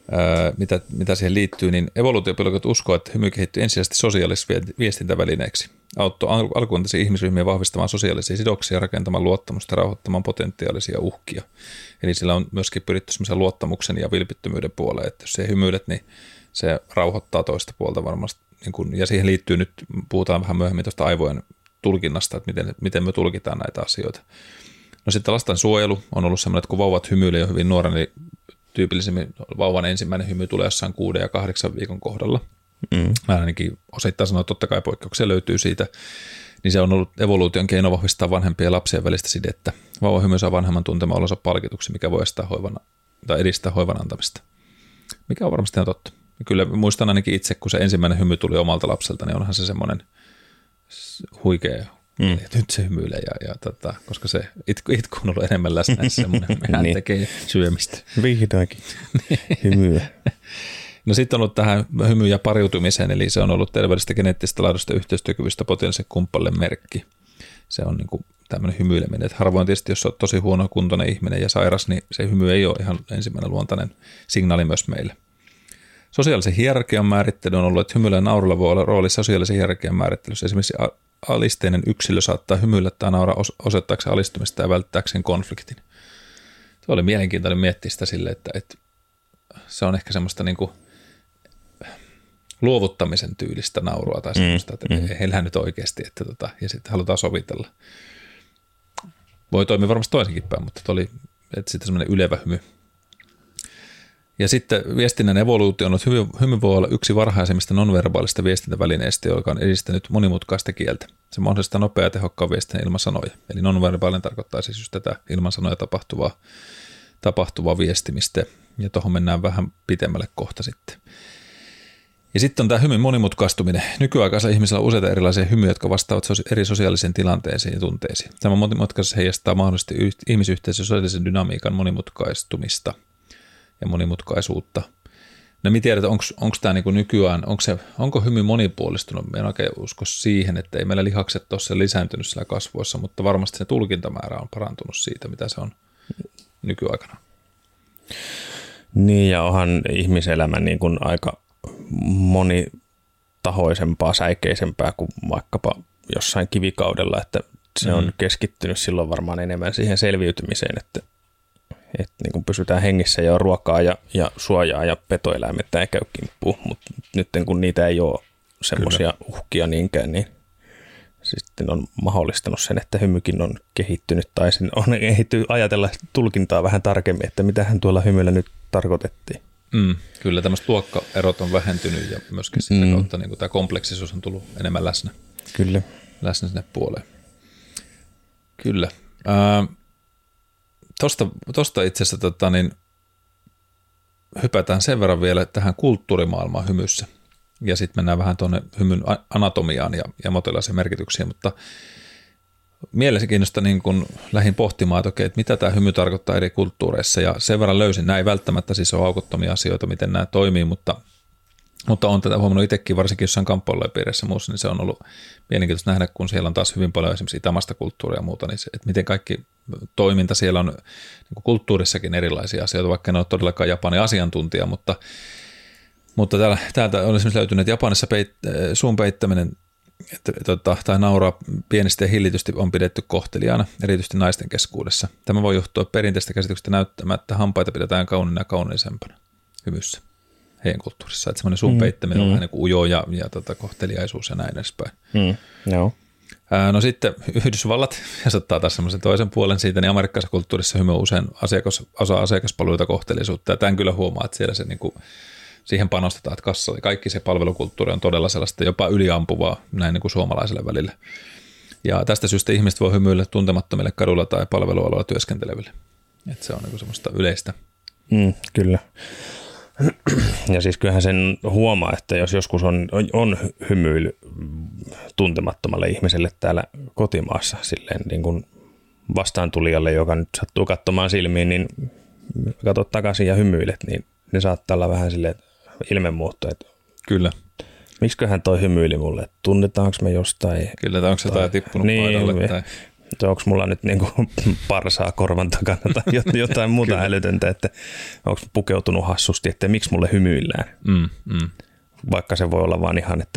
mitä siihen liittyy, niin evoluutiobiologit uskoo, että hymy kehittyi ensisijaisesti sosiaalisiksi viestintävälineeksi. Auttoi alkuuntaisia ihmisryhmiä vahvistamaan sosiaalisia sidoksia, rakentamaan luottamusta ja rauhoittamaan potentiaalisia uhkia. Eli sillä on myöskin pyritty semmoisen luottamuksen ja vilpittömyyden puoleen, että jos se hymyilet, niin se rauhoittaa toista puolta varmasti. Ja siihen liittyy nyt, puhutaan vähän myöhemmin tuosta aivojen tulkinnasta, että miten me tulkitaan näitä asioita. No sitten lastensuojelu on ollut semmoinen, että kun vauvat hymyilee jo hyvin nuorena, niin tyypillisemmin vauvan ensimmäinen hymy tulee jossain 6 ja 8 viikon kohdalla. Mä ainakin osittain sanoa, että totta kai poikkeuksia löytyy siitä. Niin se on ollut evoluution keino vahvistaa vanhempien ja lapsien välistä sidettä. Vauvan hymy saa vanhemman tuntemaan olonsa palkituksi, mikä voi edistää hoivan antamista. Mikä on varmasti ihan totta. Ja kyllä muistan ainakin itse, kun se ensimmäinen hymy tuli omalta lapselta, niin onhan se semmoinen huikea, että nyt se hymyilee, koska se itku on ollut enemmän läsnä, semmoinen hän tekee syömistä. Vihdoinkin hymyä. No sitten on ollut tähän hymy- ja pariutumiseen, eli se on ollut terveydestä, geneettisestä laadusta yhteistyökyvystä potentiaalisen kumppalle merkki. Se on niin kuin tämmöinen hymyileminen. Että harvoin tietysti, jos on tosi huonokuntoinen ihminen ja sairas, niin se hymy ei ole ihan ensimmäinen luontainen signaali myös meille. Sosiaalisen hierarkian määrittely on ollut, että hymyillä ja naurulla voi olla rooli sosiaalisen hierarkian määrittelyssä. Esimerkiksi alisteinen yksilö saattaa hymyillä tai nauraa osoittaakseen alistumista ja välttääkseen konfliktin. Se oli mielenkiintoinen miettiä sitä sille, että se on ehkä semmoista niin kuin luovuttamisen tyylistä naurua tai semmoista, että heillähän nyt oikeasti, ja sitten halutaan sovitella. Voi toimia varmasti toisenkin päin, mutta oli sitten semmoinen ylevä hymy. Ja sitten viestinnän evoluutio on, että hymy voi olla yksi varhaisemmista nonverbaalista viestintävälineistä, joka on edistänyt monimutkaista kieltä. Se mahdollistaa nopea ja tehokkaan viestinnän ilman sanoja. Eli nonverbaalinen tarkoittaa siis just tätä ilman sanoja tapahtuvaa viestimistä, ja tuohon mennään vähän pitemmälle kohta sitten. Ja sitten on tämä hymyn monimutkaistuminen. Nykyaikaisella ihmisellä on useita erilaisia hymyjä, jotka vastaavat eri sosiaalisiin tilanteisiin ja tunteisiin. Tämä monimutkaisuus heijastaa mahdollisesti ihmisyhteisön sosiaalisen dynamiikan monimutkaistumista ja monimutkaisuutta. No me tiedetään, onko tämä niinku nykyään, onko hymy monipuolistunut? Me en oikein usko siihen, että ei meillä lihakset ole se lisääntynyt sillä kasvoissa, mutta varmasti se tulkintamäärä on parantunut siitä, mitä se on nykyaikana. Niin, ja onhan ihmiselämä niin kuin aika monitahoisempaa, säikeisempää kuin vaikkapa jossain kivikaudella, että se on keskittynyt silloin varmaan enemmän siihen selviytymiseen, että niin kuin pysytään hengissä ja on ruokaa ja suojaa ja petoeläimet ei käy kimppuun, mutta nyt kun niitä ei ole semmoisia uhkia niinkään, niin sitten on mahdollistanut sen, että hymykin on kehittynyt tai sen on ehditty ajatella tulkintaa vähän tarkemmin, että mitähän tuolla hymyllä nyt tarkoitettiin. Kyllä tämmöiset luokkaerot on vähentynyt ja myöskin sitä kautta niin tämä kompleksisuus on tullut enemmän läsnä. Kyllä. Läsnä sinne puoleen. Kyllä. Tuosta itse asiassa niin hypätään sen verran vielä tähän kulttuurimaailmaan hymyssä. Ja sitten mennään vähän tuonne hymyn anatomiaan ja motilaisen merkityksiin, mutta mielenkiintoista niin kun lähdin pohtimaan, että okei, että mitä tämä hymy tarkoittaa eri kulttuureissa, ja sen verran löysin, nämä ei välttämättä siis ole aukottomia asioita, miten nämä toimii, mutta on tätä huomannut itsekin, varsinkin jossain kamppailulapiirissä muussa, niin se on ollut mielenkiintoista nähdä, kun siellä on taas hyvin paljon esimerkiksi itämaista kulttuuria ja muuta, niin se, että miten kaikki toiminta siellä on niin kulttuurissakin erilaisia asioita, vaikka en ole todellakaan Japanin asiantuntija, mutta täältä on esimerkiksi löytynyt, että Japanissa suun peittäminen tai nauraa pienesti ja hillitysti on pidetty kohteliaana, erityisesti naisten keskuudessa. Tämä voi johtua perinteistä käsityksestä näyttämättä hampaita pidetään kauniina ja kauniisempana hymyssä heidän kulttuurissa. Että semmoinen suun peittäminen on vähän niin kuin ujo ja kohteliaisuus ja näin edespäin. No. No sitten Yhdysvallat, jos ottaa taas semmoisen toisen puolen siitä, niin amerikkalaisessa kulttuurissa hymy on usein osa asiakaspalveluita kohtelisuutta. Ja tämän kyllä huomaa, että siellä se niin kuin siihen panostetaan, että kaikki se palvelukulttuuri on todella sellaista jopa yliampuvaa näin niin kuin suomalaiselle välillä. Ja tästä syystä ihmiset voi hymyillä tuntemattomille kadulla tai palvelualueella työskenteleville. Että se on niin kuin semmoista yleistä. Kyllä. Ja siis kyllähän sen huomaa, että jos joskus on hymyily tuntemattomalle ihmiselle täällä kotimaassa silleen niin kuin vastaantulijalle, joka nyt sattuu katsomaan silmiin, niin katsot takaisin ja hymyilet, niin ne saattaa olla vähän silleen ilmenmuutto, että kyllä. Miksiköhän toi hymyili mulle, tunnetaanko me jostain? Kyllä, tai onko se jotain tippunut paidalle? Tai Onko mulla nyt niinku parsaa korvan takana tai jotain muuta älytöntä, että onko pukeutunut hassusti, että miksi mulle hymyillään. Vaikka se voi olla vaan ihan, että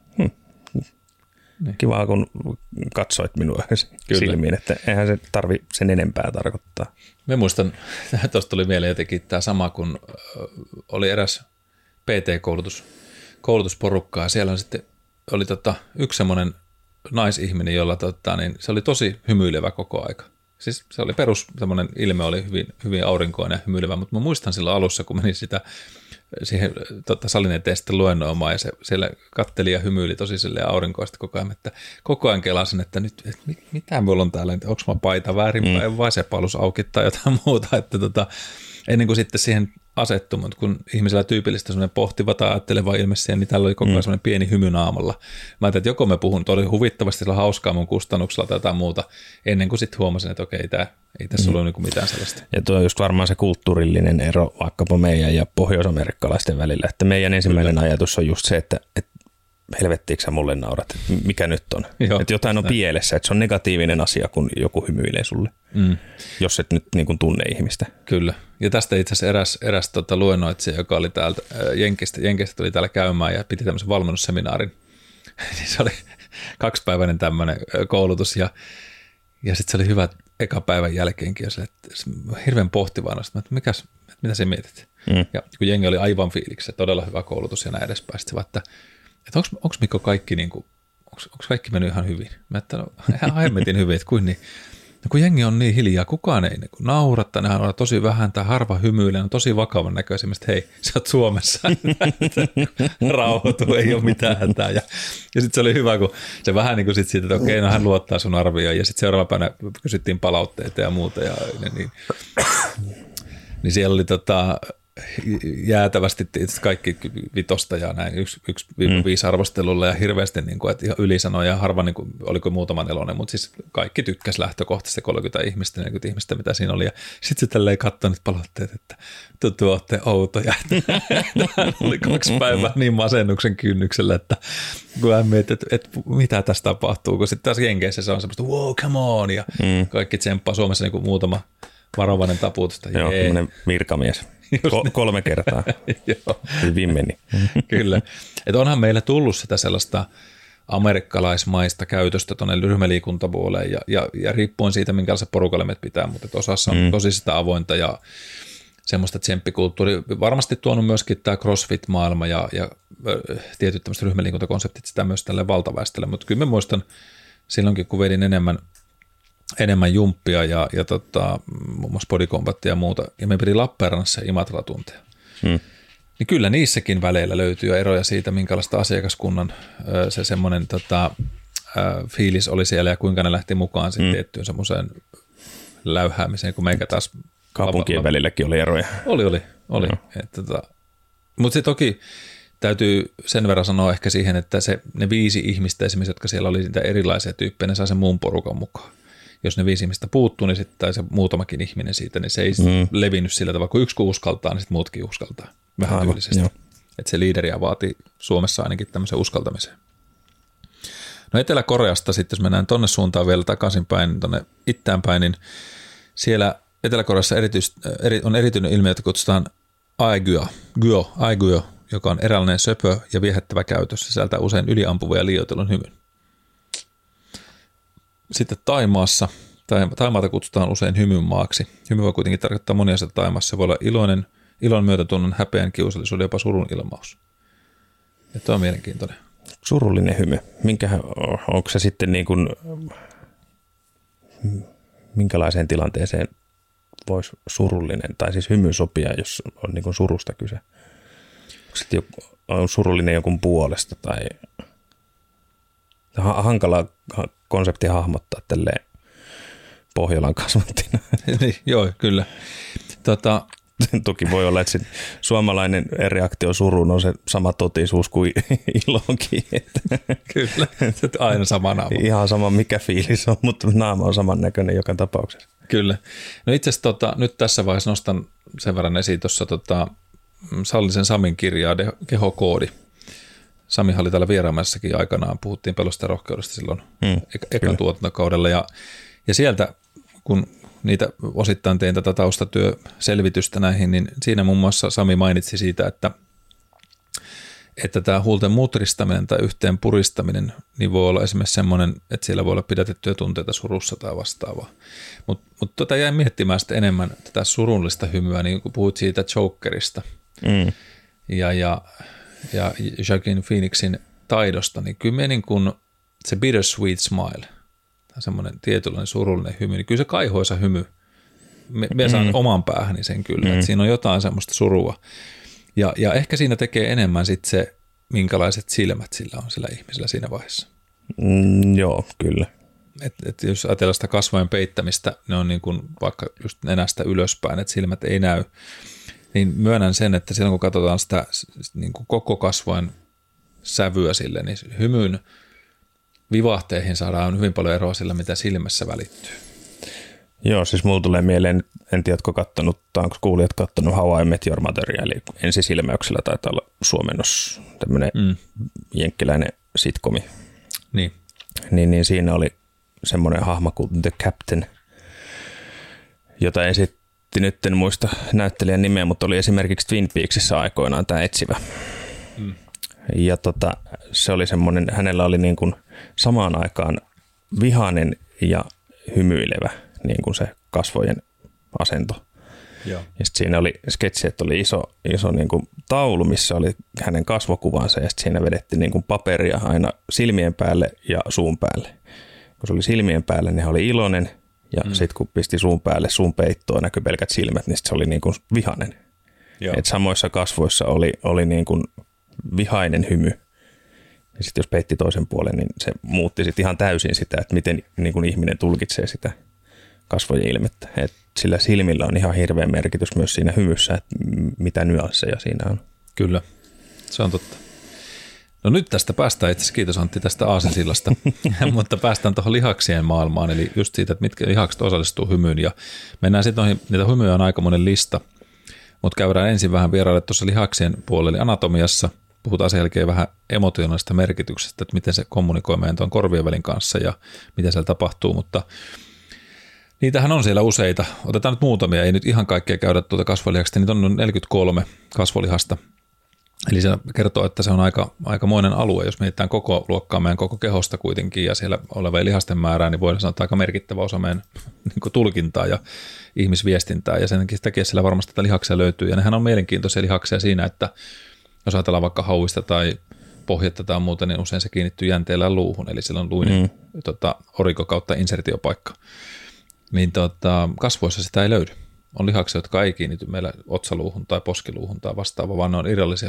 kiva kun katsoit minua silmiin, että eihän se tarvi sen enempää tarkoittaa. Mä muistan, tuosta tuli mieleen jotenkin tämä sama, kun oli eräs PT-koulutusporukka ja siellä on sitten oli yksi semmoinen naisihminen, jolla niin se oli tosi hymyilevä koko aika. Siis se oli perus, semmoinen ilme oli hyvin aurinkoinen ja hymyilevä, mutta mä muistan silloin alussa, kun menin siihen salin eteen sitten luennoimaan ja se siellä katteli ja hymyili tosi silleen aurinkoista koko ajan, että koko ajan kelasin, että nyt, mitä mulla on täällä, onko mä paita väärinpäin vai se palus auki tai jotain muuta, että ennen kuin sitten siihen asettu, mutta kun ihmisellä tyypillistä semmoinen pohtiva tai ajatteleva ilme siihen, niin täällä oli koko ajan semmoinen pieni hymy naamalla. Mä ajattelin, että joko mä puhun tosi huvittavasti sillä hauskaa mun kustannuksella tai jotain muuta, ennen kuin sitten huomasin, että okei, ei tässä ollut niin mitään sellaista. Ja tuo on just varmaan se kulttuurillinen ero vaikkapa meidän ja pohjois-amerikkalaisten välillä, että meidän ensimmäinen ajatus on just se, että helvettiinkö sä mulle naurat, että mikä nyt on. Joo, että jotain on pielessä, että se on negatiivinen asia, kun joku hymyilee sulle, jos et nyt niin kuin tunne ihmistä. Kyllä. Ja tästä itse asiassa eräs luennoitsija, joka oli täältä Jenkistä tuli täällä käymään ja piti tämmöisen valmennusseminaarin. Niin se oli 2-päiväinen tämmöinen koulutus ja sitten se oli hyvä eka päivän jälkeenkin ja se hirveän pohtivaa, että mitä sä mietit? Ja kun jengi oli aivan fiiliksissä, todella hyvä koulutus ja näin edespäin, sitten se että onko Mikko kaikki, niin onko kaikki mennyt ihan hyvin? Mä että ihan hemmetin hyvin, että kuin niin. No kun jengi on niin hiljaa, kukaan ei niin naurata, nehän on tosi vähän tai harva hymyilee, on tosi vakavan näköisiä, että hei, sä oot Suomessa, rauhoitu, ei ole mitään hätää. Ja sitten se oli hyvä, kun se vähän niin kuin sit siitä, että okei, no hän luottaa sun arvioon, ja sitten seuraava päivänä kysyttiin palautteita ja muuta, ja niin siellä oli jäätävästi kaikki 5 ja näin 1-5 arvostelulla ja hirveästi niin kuin, että ihan ylisanoja ja harva niin kuin, oliko muutama 4, mutta siis kaikki tykkäsi lähtökohtaisesti 30 ihmistä, 40 ihmistä, mitä siinä oli. Ja sitten se tälleen katsoi nyt palautteet, että te olette outoja. Tämä oli 2 päivää niin masennuksen kynnyksellä, että kun hän mietti, että mitä tässä tapahtuu, kun sitten taas Jenkeissä se on semmoista wow, come on, ja kaikki tsemppaa Suomessa niin kuin muutama varovainen taputus. Joo, tämmöinen virkamies. 3 kertaa. Joo. Hyvin meni. Kyllä. Että onhan meillä tullut sitä sellaista amerikkalaismaista käytöstä tuonne ryhmäliikuntapuoleen ja riippuen siitä, minkälaisen porukalle meitä pitää, mutta osassa on tosi sitä avointa ja semmoista tsemppikulttuuria. Varmasti tuonut myöskin tämä CrossFit-maailma ja tietyt tämmöiset ryhmäliikuntakonseptit sitä myös tälle valtaväestölle, mutta kyllä mä muistan silloinkin, kun vedin enemmän jumppia ja muun muassa body combatia ja muuta, ja me piti Lappeenrannassa Imatra-tunteja. Niin kyllä niissäkin väleillä löytyy eroja siitä, minkälaista asiakaskunnan se semmoinen fiilis oli siellä ja kuinka ne lähti mukaan sitten tiettyyn semmoiseen läyhäämiseen, kun meikä taas... Kaupunkien välilläkin oli eroja. Oli. Mutta se toki täytyy sen verran sanoa ehkä siihen, että ne 5 ihmistä esimerkiksi, jotka siellä oli niitä erilaisia tyyppejä, ne sai sen muun porukan mukaan. Jos ne 5 ihmistä puuttuu, niin sitten se muutamakin ihminen siitä, niin se ei levinnyt sillä tavalla, kun yksi kun uskaltaa, niin sitten muutkin uskaltaa vähän tyylisesti. Että se liideriä vaatii Suomessa ainakin tämmöisen uskaltamiseen. No Etelä-Koreasta sitten, jos mennään tonne suuntaan vielä takaisinpäin, tonne itäänpäin, niin siellä Etelä-Koreassa on erityinen ilmiö, jota kutsutaan aegyo, joka on eräänlainen söpö ja viehättävä käytös. Se sisältää usein yliampuvia ja liioitellun hymyn. Sitten Taimaata kutsutaan usein hymyn maaksi. Hymy voi kuitenkin tarkoittaa monia asioita Taimaassa. Se voi olla ilon myötätunnon, häpeän, kiusallisuuden, jopa surun ilmaus. Ja tuo on mielenkiintoinen. Surullinen hymy. Onko se sitten niin kuin, minkälaiseen tilanteeseen voisi surullinen, tai siis hymy sopia, jos on niin kuin surusta kyse? Onko sitten on surullinen jonkun puolesta tai hankala konsepti hahmottaa tälleen Pohjolan kasvattina. Joo, kyllä. Toki voi olla, että suomalainen reaktio suruun on se sama totisuus kuin ilonkin. Kyllä, aina sama naama. Ihan sama mikä fiilis on, mutta naama on samannäköinen joka tapauksessa. Kyllä. No itse asiassa nyt tässä vaiheessa nostan sen verran esiin tuossa Sallisen Samin kirjaa Kehokoodi. Samihan oli täällä vieraimassakin aikanaan, puhuttiin pelosta ja rohkeudesta silloin ekan tuotantokaudella ja Ja sieltä, kun niitä osittain tein tätä taustatyöselvitystä näihin, niin siinä muun muassa Sami mainitsi siitä, että tämä huulten mutristaminen tai yhteen puristaminen niin voi olla esimerkiksi semmoinen, että siellä voi olla pidätettyjä tunteita surussa tai vastaavaa. Mutta jäin miettimään sitten enemmän tätä surullista hymyä, niin kun puhuit siitä Jokerista ja Joaquin Phoenixin taidosta, niin kyllä me niin kuin se bittersweet smile, semmoinen tietynlainen surullinen hymy, niin kyllä se kaihoisa hymy, me saan oman päähäni sen kyllä, että siinä on jotain semmoista surua. Ja ehkä siinä tekee enemmän sitten se, minkälaiset silmät sillä on sillä ihmisellä siinä vaiheessa. Joo, kyllä. Et jos ajatellaan sitä kasvojen peittämistä, ne on niin kuin vaikka just nenästä ylöspäin, että silmät ei näy, niin myönnän sen, että silloin kun katsotaan sitä niin kuin koko kasvojen sävyä sille, niin hymyn vivahteihin saadaan hyvin paljon eroa sillä, mitä silmässä välittyy. Joo, siis mulla tulee mieleen, en tiedä, ootko kattonut, tai onko kuulijat kattonut How I Met Your Mother, eli ensisilmäyksellä taitaa olla suomennos, tämmöinen jenkkiläinen sitcomi. Niin siinä oli semmoinen hahmo kuin The Captain, jota esitti, nyt en muista näyttelijän nimeä, mutta oli esimerkiksi Twin Peaksissa aikoinaan tämä etsivä. Ja se oli semmoinen, hänellä oli niin kuin samaan aikaan vihainen ja hymyilevä niin kuin se kasvojen asento. Joo. Ja sitten siinä oli sketsi, että oli iso niin kuin taulu, missä oli hänen kasvokuvansa ja sitten siinä vedettiin niin kuin paperia aina silmien päälle ja suun päälle. Kun se oli silmien päälle, niin hän oli iloinen ja sitten kun pisti suun päälle, suun peittoon näkyi pelkät silmät, niin se oli niin kuin vihainen. Et samoissa kasvoissa oli niin kuin vihainen hymy. Ja sitten jos peitti toisen puolen, niin se muutti sitten ihan täysin sitä, että miten niin kuin ihminen tulkitsee sitä kasvojen ilmettä. Et sillä silmillä on ihan hirveä merkitys myös siinä hymyssä, että mitä nyansseja siinä on. Kyllä, se on totta. No nyt tästä päästään itse asiassa, kiitos Antti tästä aasensillasta, mutta päästään tuohon lihaksien maailmaan, eli just siitä, että mitkä lihakset osallistuu hymyyn. Ja mennään sitten noihin, niitä hymyjä on aikamoinen lista, mutta käydään ensin vähän vieraille tuossa lihaksien puolella, eli anatomiassa. Puhutaan sen jälkeen vähän emotionaalista merkityksestä, että miten se kommunikoi meidän tuon korvien välin kanssa ja mitä siellä tapahtuu, mutta niitähän on siellä useita. Otetaan nyt muutamia, ei nyt ihan kaikkea käydä tuota kasvolihaksista, niitä on 43 kasvolihasta. Eli se kertoo, että se on aikamoinen alue, jos mietitään koko luokkaa meidän koko kehosta kuitenkin ja siellä olevia lihasten määrää, niin voidaan sanoa, että aika merkittävä osa meidän niin tulkintaa ja ihmisviestintää ja sen takia siellä varmasti tätä lihaksia löytyy ja nehän on mielenkiintoisia lihaksia siinä, että jos ajatellaan vaikka hauista tai pohjetta tai muuta, niin usein se kiinnittyy jänteellä luuhun, eli siellä on luinen oriko kautta insertiopaikka. Niin kasvoissa sitä ei löydy. On lihaksia, jotka ei kiinnity meillä otsaluuhun tai poskiluuhun tai vastaava, vaan ne on irrallisia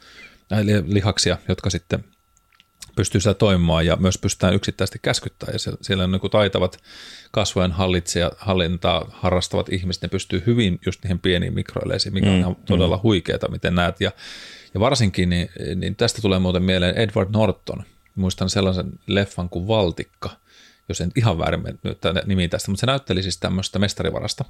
lihaksia, jotka sitten pystyy sitä toimimaan ja myös pystytään yksittäisesti käskyttämään. Ja siellä on niin taitavat kasvojen hallintaa harrastavat ihmiset, ne pystyy hyvin just niihin pieniin mikroeleisiin, mikä on ihan todella huikeata, miten näet. Ja varsinkin, niin tästä tulee muuten mieleen Edward Norton. Muistan sellaisen leffan kuin Valtikka, jos en ihan väärin nyt nimi tästä, mutta se näytteli siis tämmöistä mestarivarasta.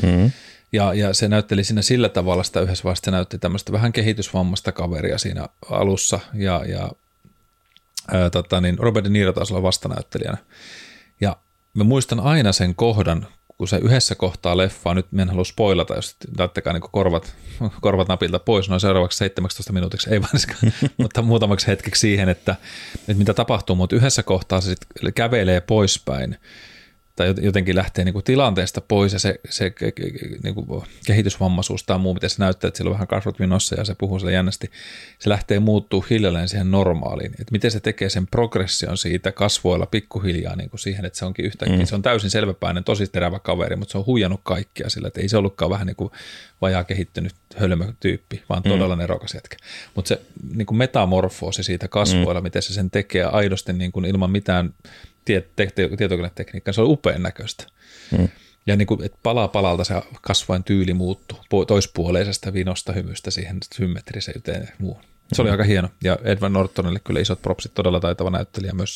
Ja se näytteli siinä sillä tavalla sitä yhdessä vaiheessa, se näytti tämmöistä vähän kehitysvammasta kaveria siinä alussa ja Robert De Niro taisi olla vastanäyttelijänä. Ja mä muistan aina sen kohdan, kun se yhdessä kohtaa leffaa, nyt en halua spoilata, jos laittekaan niin korvat napilta pois noin seuraavaksi 17 minuutiksi, ei vain, mutta muutamaksi hetkeksi siihen, että mitä tapahtuu, mutta yhdessä kohtaa se sitten kävelee poispäin, tai jotenkin lähtee niin kuin tilanteesta pois ja se niin kuin kehitysvammaisuus tai muu, miten se näyttää, että sillä on vähän kasvot vinossa ja se puhuu sille jännästi, se lähtee muuttuu hiljalleen siihen normaaliin. Että miten se tekee sen progression siitä kasvoilla pikkuhiljaa niin kuin siihen, että se onkin yhtäkkiä, se on täysin selväpäinen, tosi terävä kaveri, mutta se on huijannut kaikkia sillä, että ei se ollutkaan vähän niin kuin vajaa kehittynyt hölmötyyppi, vaan todella nerokas jätkä. Mutta se niin kuin metamorfoosi siitä kasvoilla, miten se sen tekee aidosti niin kuin ilman mitään tietokonetekniikkaa, se on upean näköistä. Ja niin kuin, että palalta se kasvain tyyli muuttuu toispuoleisesta vinosta hymystä siihen symmetrisyyteen ja muuhun. Se oli aika hieno. Ja Edward Nortonille kyllä isot propsit, todella taitava näyttelijä myös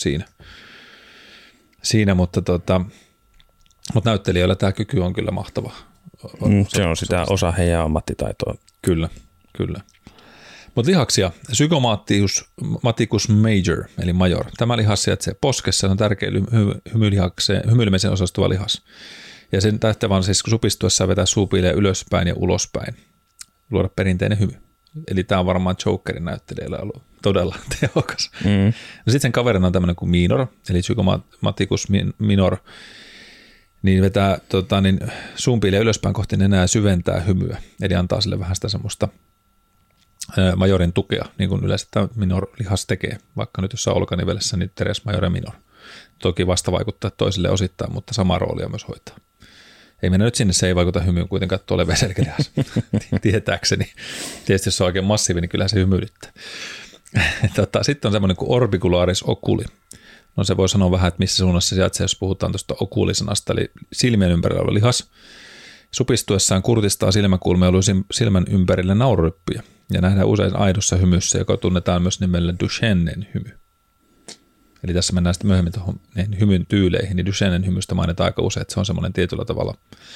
siinä mutta näyttelijöillä tämä kyky on kyllä mahtava. Se on sitä osa heidän ammattitaitoa. Kyllä. Mutta lihaksia, zygomaticus major, eli major. Tämä lihas sijaitsee poskessa, se on tärkeä hymyilemisen osallistuva lihas. Ja sen tehtävä on siis supistuessa vetää suupiileä ylöspäin ja ulospäin, luoda perinteinen hymy. Eli tämä on varmaan Jokerin näyttelijällä ollut todella tehokas. No sitten sen kaverina on tämmöinen kuin minor, eli zygomaticus minor, niin vetää suunpiileä ylöspäin kohti nenää syventää hymyä, eli antaa sille vähän sitä semmoista majorin tukea, niin kuin yleensä tämä minor-lihas tekee, vaikka nyt jossain olkanivelessä, niin teres major ja minor. Toki vasta vaikuttaa toisille osittain, mutta sama roolia myös hoitaa. Ei mennä nyt sinne, se ei vaikuta hymyyn kuitenkaan tuo leveä selkälihas, tietääkseni. Tietysti jos on oikein massiivinen, niin kyllä se hymyilyttää. Sitten on semmoinen kuin orbicularis oculi. No se voi sanoa vähän, että missä suunnassa se sijaitsee, jos puhutaan tuosta okulisanasta, eli silmien ympärillä oleva lihas. Supistuessaan kurtistaa silmäkulmia silmän ympärille naururyppyjä, ja nähdään usein aidossa hymyssä, joka tunnetaan myös nimellä Duchennen hymy. Eli tässä mennään sitten myöhemmin tuohon hymyn tyyleihin, niin Duchennen hymystä mainitaan aika usein, että se on semmoinen tietyllä tavalla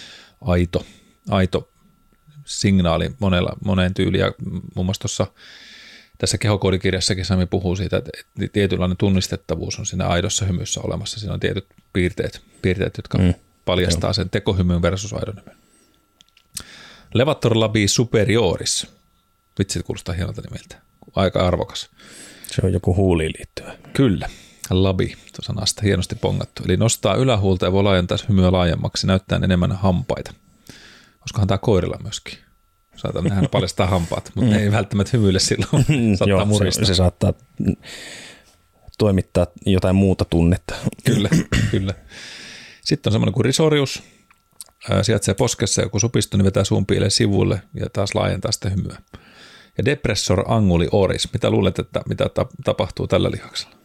aito signaali moneen tyyliin, ja muun muassa tässä kehokoodikirjassakin Sami puhuu siitä, että tietynlainen tunnistettavuus on siinä aidossa hymyssä olemassa. Siinä on tietyt piirteet jotka paljastaa sen tekohymyn versus aidon hymyn. Levator labii superioris. Vitsi, kuulostaa hienolta nimeltä. Aika arvokas. Se on joku huuliin liittyvä. Kyllä. Labi, sanasta hienosti pongattu. Eli nostaa ylähuulta ja voi laajentaa hymyä laajemmaksi, näyttää enemmän hampaita. Olisikohan tämä koirilla myöskin? Saatan nähdä paljastaa hampaat, mutta ne ei välttämättä hymyile silloin. Saattaa muristaa. Se saattaa toimittaa jotain muuta tunnetta. Kyllä. Sitten on semmoinen kuin risorius. Sijaitsee poskessa, joku supistuu, niin vetää suun piileen sivuille ja taas laajentaa sitä hymyä. Ja depressor anguli oris. Mitä luulet, että mitä tapahtuu tällä lihaksella?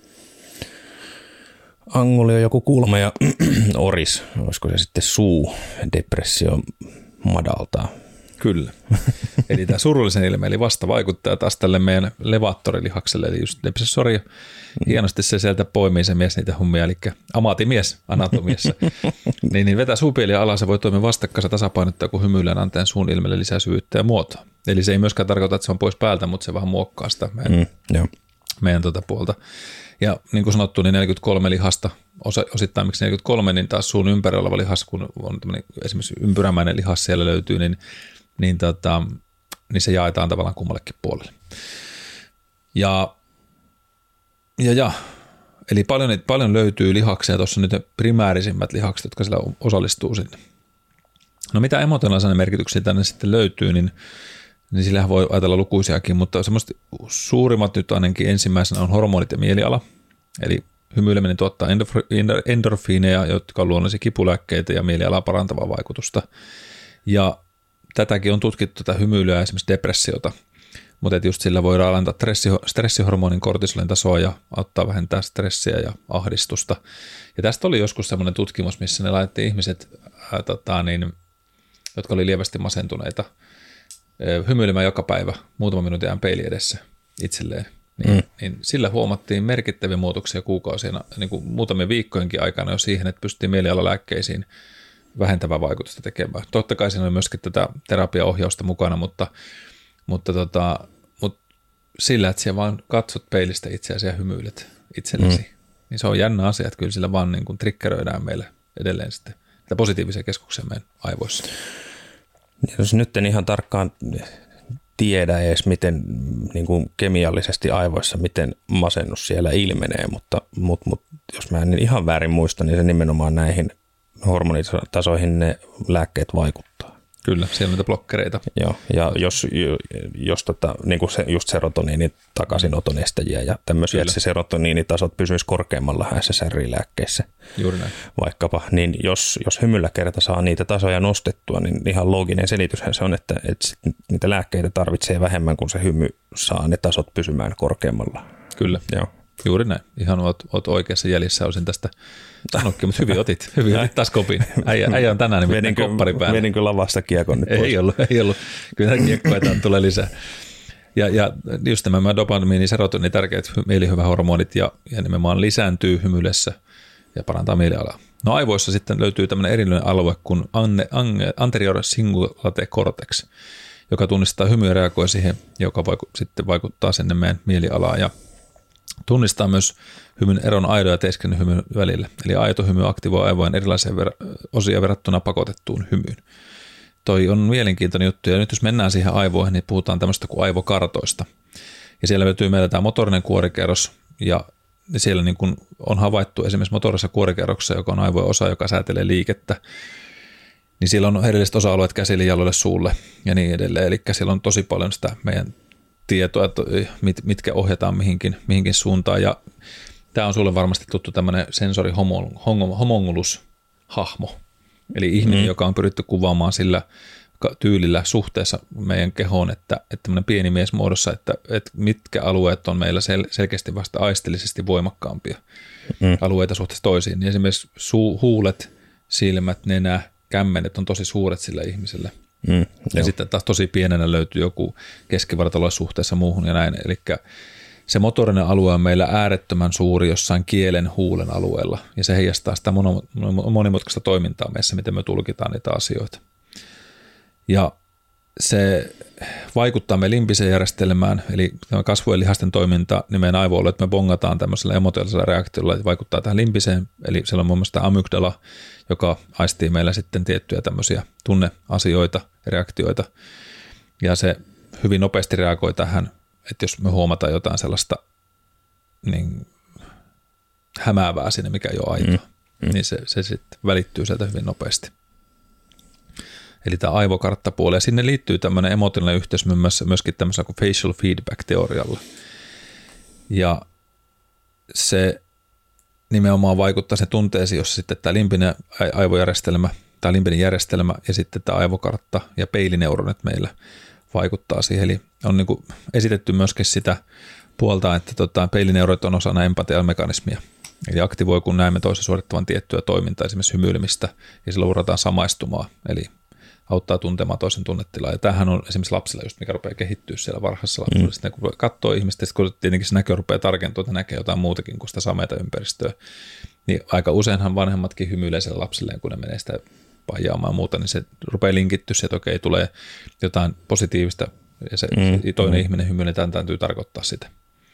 Anguli on joku kulma ja oris. Olisiko se sitten suu? Depressio madaltaa. Kyllä. Eli tämä surullisen ilme, eli vasta vaikuttaa taas tälle meidän levattorilihakselle, eli just depressori. Hienosti se sieltä poimii se mies niitä hummia, eli amatimies anatomiassa. niin vetää suupieliä alas, se voi toimia vastakkain, tasapainottaa, kun hymyillään antaen suun ilmelle lisää syvyyttä ja muotoa. Eli se ei myöskään tarkoita, että se on pois päältä, mutta se vähän muokkaa sitä meidän puolta. Ja niin kuin sanottu, niin 43 lihasta, osittain miksi 43, niin taas suun ympärillä oleva lihas, kun on esimerkiksi ympyrämäinen lihas siellä löytyy, niin se jaetaan tavallaan kummallekin puolelle. Eli paljon löytyy lihaksia, tuossa on nyt primäärisimmät lihakset, jotka siellä osallistuu sinne. No mitä emotionaalisia merkityksiä tänne sitten löytyy, niin sillä voi ajatella lukuisiakin, mutta semmoista suurimmat nyt ainakin ensimmäisenä on hormonit ja mieliala. Eli hymyileminen tuottaa endorfiineja, jotka on luonnollisia kipulääkkeitä ja mielialaa parantavaa vaikutusta. Ja tätäkin on tutkittu tätä hymyilyä esimerkiksi depressiota, mutta just sillä voidaan alentaa stressihormonin kortisolin tasoa ja auttaa vähentää stressiä ja ahdistusta. Ja tästä oli joskus semmoinen tutkimus, missä ne laitettiin ihmiset, jotka oli lievästi masentuneita, hymyilemään joka päivä muutaman minuutin ajan peili edessä itselleen. Niin sillä huomattiin merkittäviä muutoksia kuukausina, niin kuin muutamien viikkojenkin aikana jo siihen, että pystyttiin mielialalääkkeisiin vähentävää vaikutusta tekemään. Totta kai siinä oli myöskin tätä terapiaohjausta mukana, mutta sillä, että siellä vaan katsot peilistä itseäsi ja hymyilet itsellesi, niin se on jännä asia, että kyllä sillä vaan niin kuin triggeröidään meille edelleen sitten positiivisia keskuksia meidän aivoissa. Jos nyt en ihan tarkkaan tiedä edes, miten niin kuin kemiallisesti aivoissa, miten masennus siellä ilmenee, mutta jos mä en ihan väärin muista, niin se nimenomaan näihin hormonitasoihin ne lääkkeet vaikuttaa. Kyllä, siellä on niitä blokkereita. Joo, ja jos niin kuin just serotoniinin takaisinoton estäjiä ja tämmöisiä, että se serotoniinitasot pysyisi korkeammalla SSRI-lääkkeissä. Juuri näin. Vaikkapa, niin jos hymyllä kerta saa niitä tasoja nostettua, niin ihan looginen selityshän se on, että niitä lääkkeitä tarvitsee vähemmän, kun se hymy saa ne tasot pysymään korkeammalla. Kyllä. Joo. Juuri näin. Ihan oot oikeassa jäljissä, olisin tästä sanonutkin, mutta hyvin otit taas kopin. Äijä on tänään nimittäin koppari päällä. Vedinkö lavasta kiekon nyt pois? Ei ollut. Kyllä kiekkoja tulee lisää. Ja just nämä dopamiini, serotoniini, tärkeät mielihyvähormonit ja nimenomaan lisääntyy hymyilessä ja parantaa mielialaa. No aivoissa sitten löytyy tämmöinen erillinen alue kuin anterior cingulate cortex, joka tunnistaa hymyä ja reagoi siihen, joka sitten vaikuttaa sinne meidän mielialaan ja tunnistaa myös hymyn eron aidon ja teeskenyn hymyn välillä. Eli aito hymy aktivoi aivojen erilaisia osia verrattuna pakotettuun hymyyn. Toi on mielenkiintoinen juttu, ja nyt jos mennään siihen aivoihin, niin puhutaan tämmöistä kuin aivokartoista. Ja siellä löytyy meillä tämä motorinen kuorikerros, ja siellä niin kuin on havaittu esimerkiksi motorisessa kuorikerroksessa, joka on aivojen osa, joka säätelee liikettä, niin siellä on erilliset osa-alueet käsille, jaloille, suulle ja niin edelleen. Eli siellä on tosi paljon sitä meidän tietoa, että mitkä ohjataan mihinkin suuntaan. Ja tämä on sulle varmasti tuttu tämmöinen sensori homongulus-hahmo. Eli ihminen, joka on pyritty kuvaamaan sillä tyylillä suhteessa meidän kehoon, että tämmöinen pieni mies muodossa, että mitkä alueet on meillä selkeästi vasta aistelisesti voimakkaampia alueita suhteessa toisiin. Niin esimerkiksi huulet, silmät, nenä, kämmenet on tosi suuret sillä ihmisellä. Ja sitten taas tosi pienenä löytyy joku keskivartalo suhteessa muuhun ja näin. Eli se motorinen alue on meillä äärettömän suuri jossain kielen, huulen alueella. Ja se heijastaa sitä monimutkaista toimintaa meissä, miten me tulkitaan niitä asioita. Ja se vaikuttaa meidän limpiseen järjestelmään, eli kasvojen lihasten toiminta, niin meidän aivoille, että me bongataan tämmöisellä emotionaalisella reaktiolla, että vaikuttaa tähän limpiseen, eli siellä on muun muassa tämä amygdala, joka aistii meillä sitten tiettyjä tämmöisiä tunneasioita, reaktioita, ja se hyvin nopeasti reagoi tähän, että jos me huomataan jotain sellaista niin hämäävää siinä, mikä ei ole aitoa, niin se sitten välittyy sieltä hyvin nopeasti. Eli tämä aivokarttapuoli, ja sinne liittyy tämmöinen emotionaalinen yhteys myöskin tämmöisellä kuin facial feedback-teorialla. Ja se nimenomaan vaikuttaa sen tunteisiin, jossa sitten tämä limpinen aivojärjestelmä, tai limpinen järjestelmä, ja sitten tämä aivokartta ja peilineuronit meillä vaikuttaa siihen. Eli on niin kuin esitetty myöskin sitä puolta, että peilineuronit on osana empatiamekanismia. Eli aktivoi, kun näemme toisen suorittavan tiettyä toimintaa, esimerkiksi hymyilemistä, ja silloin uurataan samaistumaa, eli auttaa tuntemaan toisen tunnetilaa. Ja tämähän on esimerkiksi lapsilla just, mikä rupeaa kehittyä siellä varhaisessa lapsuudessa. Kun katsoo ihmistä, kun tietenkin se näkö rupeaa tarkentua, että näkee jotain muutakin kuin sitä sameita ympäristöä, niin aika useinhan vanhemmatkin hymyilee siellä lapsilleen, kun ne menee sitä pahjaamaan ja muuta, niin se rupeaa linkittyä että okei, tulee jotain positiivista, ja se toinen ihminen hymyilee, tämän täytyy tarkoittaa sitä.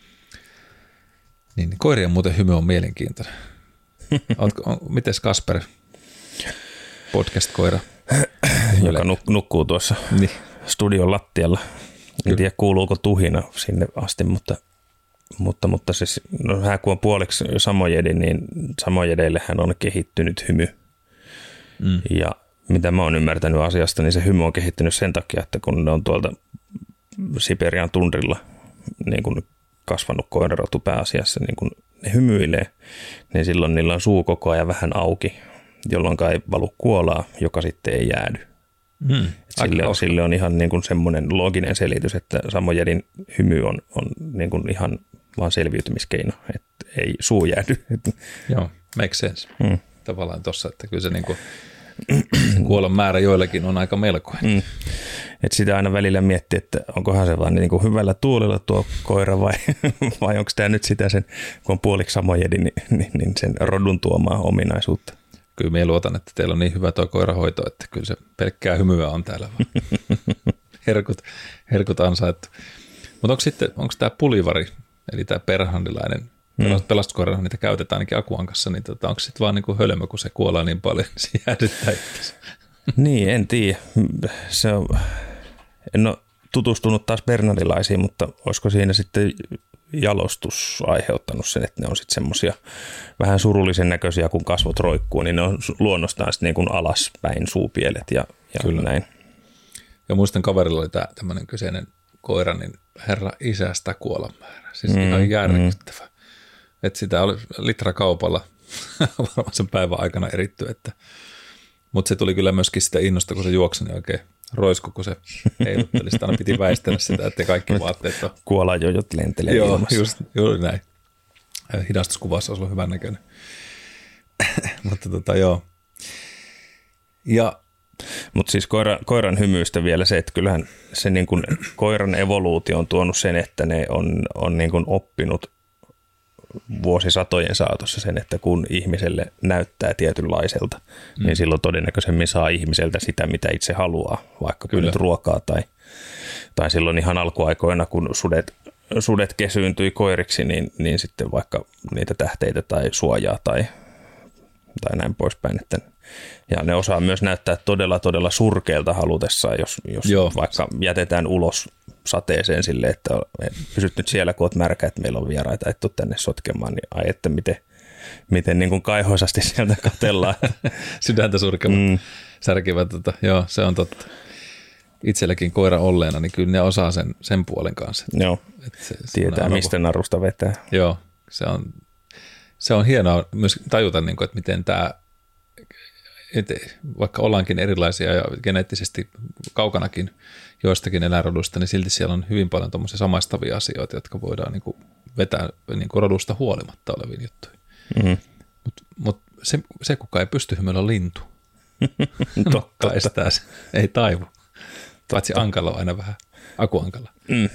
Niin koirien muuten hymy on mielenkiintoinen. Mites Kasper, podcast-koira? Joka nukkuu tuossa studion lattialla. En tiedä, kuuluuko tuhina sinne asti, mutta siis, no, hän kun on puoliksi samojedi, niin samojedeillehän on kehittynyt hymy. Ja mitä mä oon ymmärtänyt asiasta, niin se hymy on kehittynyt sen takia, että kun ne on tuolta Siperian tundrilla niin kun kasvanut koirarotu pääasiassa, niin kun ne hymyilee, niin silloin niillä on suu koko ajan vähän auki, jolloin ei valu kuolaa, joka sitten ei jäädy. Sille on ihan niin kuin semmoinen looginen selitys, että samojedin hymy on niin kuin ihan vaan selviytymiskeino, että ei suu jäädy. Joo, make sense. Tavallaan tuossa, että kyllä se niin kuin kuolon määrä joillakin on aika melkoinen. Et sitä aina välillä miettii, että onkohan se vaan niin kuin hyvällä tuulella tuo koira vai onko tämä nyt sitä sen, kun on puoliksi samojedi, niin sen rodun tuomaa ominaisuutta. Kyllä minä luotan, että teillä on niin hyvä tuo koirahoito, että kyllä se pelkkää hymyä on täällä vaan. Herkut ansaittu. Mutta onko tämä pulivari, eli tämä perhandilainen pelastuskoirana, niitä käytetään ainakin Akuankassa, niin onko sitten vaan niinku hölmö, kun se kuolee niin paljon, niin se jäädyttää itse? Niin, en tiedä. En ole tutustunut taas bernardilaisiin, mutta olisiko siinä sitten jalostus aiheuttanut sen, että ne on sitten semmoisia vähän surullisen näköisiä, kun kasvot roikkuu, niin ne on luonnostaan sitten niin kuin alaspäin suupielet ja kyllä näin. Ja muistan kaverilla oli tämmöinen kyseinen koira, niin herra isästä kuolanmäärä. Siis ihan järkyttävä. Että sitä oli litrakaupalla varmaan sen päivän aikana eritty, mutta se tuli kyllä myöskin sitä innosta, kun se juoksi, niin oikein roisku, kun se heilutteli. Sitä aina piti väistellä sitä, että kaikki vaatteet on. Kuolajojot lentelee ilmassa. Joo, juuri näin. Hidastuskuvassa olisi ollut hyvän näköinen. Mutta joo. Mutta siis koiran hymyistä vielä se, että kyllähän se niin kuin koiran evoluutio on tuonut sen, että ne on niin kuin oppinut vuosisatojen saatossa sen, että kun ihmiselle näyttää tietynlaiselta, niin silloin todennäköisemmin saa ihmiseltä sitä, mitä itse haluaa, vaikka nyt ruokaa tai silloin ihan alkuaikoina, kun sudet kesyyntyi koiriksi, niin sitten vaikka niitä tähteitä tai suojaa tai näin poispäin. Ja ne osaa myös näyttää todella, todella surkeilta halutessaan, jos vaikka jätetään ulos sateeseen silleen, että pysyt nyt siellä, kun oot märkä, että meillä on vieraita, et tuu tänne sotkemaan, niin ai että miten niin kuin kaihoisasti sieltä katsellaan. Sydäntä surkevat, särkivät. Joo, se on totta. Itselläkin koira olleena, niin kyllä ne osaa sen puolen kanssa. Joo, tietää mistä narusta vetää. Joo, se on hienoa myös tajuta, että miten tämä, vaikka ollaankin erilaisia ja geneettisesti kaukanakin joistakin eläinroduista, niin silti siellä on hyvin paljon tuommoisia samaistavia asioita, jotka voidaan vetää rodusta huolimatta oleviin juttuihin. Mm-hmm. Mutta se, kuka ei pysty hymyillä, on lintu. Nokka estää se, ei taivu. Paitsi ankalla on aina vähän akuankalla.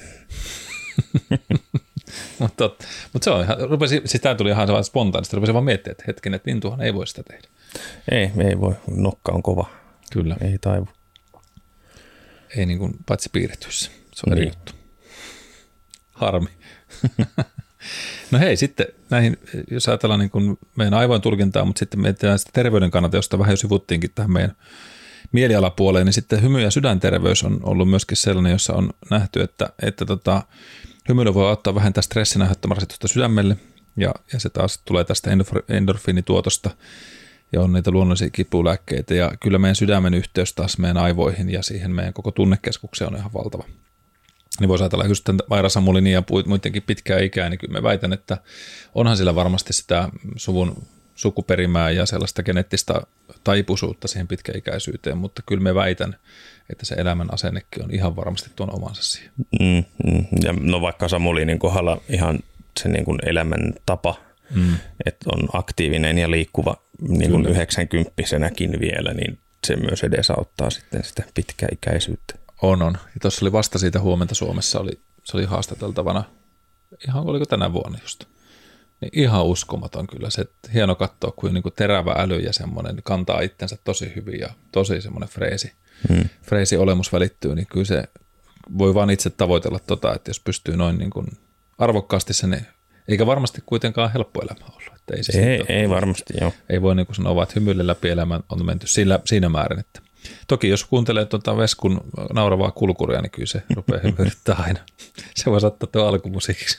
Mutta se on ihan, siis tämä tuli ihan spontaanisti, rupesin vaan miettimään, että hetken, että lintuhan ei voi sitä tehdä. Ei voi, nokka on kova. Kyllä. Ei taivu. Ei niin kuin paitsi piirretyssä, se on eri juttu. Harmi. No hei, sitten näihin, jos ajatellaan niin kuin meidän aivojen tulkintaa, mutta sitten mietitään sitä terveyden kannalta, josta vähän jo sivuttiinkin tähän meidän mielialapuoleen, niin sitten hymy- ja sydänterveys on ollut myöskin sellainen, jossa on nähty, että hymyily voi auttaa vähentää stressin aiheuttamaa rasitusta sydämelle, ja se taas tulee tästä endorfiinituotosta, ja on niitä luonnollisia kipulääkkeitä, ja kyllä meidän sydämen yhteys taas meidän aivoihin ja siihen meidän koko tunnekeskukseen on ihan valtava. Niin voisi ajatella just tämän Maira Samulinin ja muidenkin pitkää ikää, niin kyllä mä väitän, että onhan sillä varmasti sitä sukuperimää ja sellaista geneettistä taipuisuutta siihen pitkäikäisyyteen, mutta kyllä mä väitän, että se elämän asennekin on ihan varmasti tuon omansa siihen. Ja no vaikka Samulinin kohdalla ihan se niin kuin elämäntapa, että on aktiivinen ja liikkuva niin kuin 90-vuotiaanakin vielä, niin se myös edesauttaa sitten sitä pitkäikäisyyttä. On. Ja tuossa oli vasta siitä huomenta Suomessa, se oli haastateltavana, ihan oliko tänä vuonna just. Niin ihan uskomaton kyllä se, hieno katsoa, kuin niinku terävä äly ja semmoinen kantaa itsensä tosi hyvin ja tosi semmoinen freesi olemus välittyy, niin kyllä se voi vaan itse tavoitella että jos pystyy noin niin kuin arvokkaasti sen, eikä varmasti kuitenkaan helppo elämä ollut. Että ei varmasti, joo. Ei voi niin kuin sanoa, että hymyille läpi elämän on menty siinä määrin, että toki jos kuuntelee Veskun nauravaa kulkuria, niin kyllä se rupeaa hymyilyttää aina. Se voi saattaa tuo alkumusiikiksi.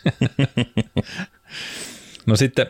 No sitten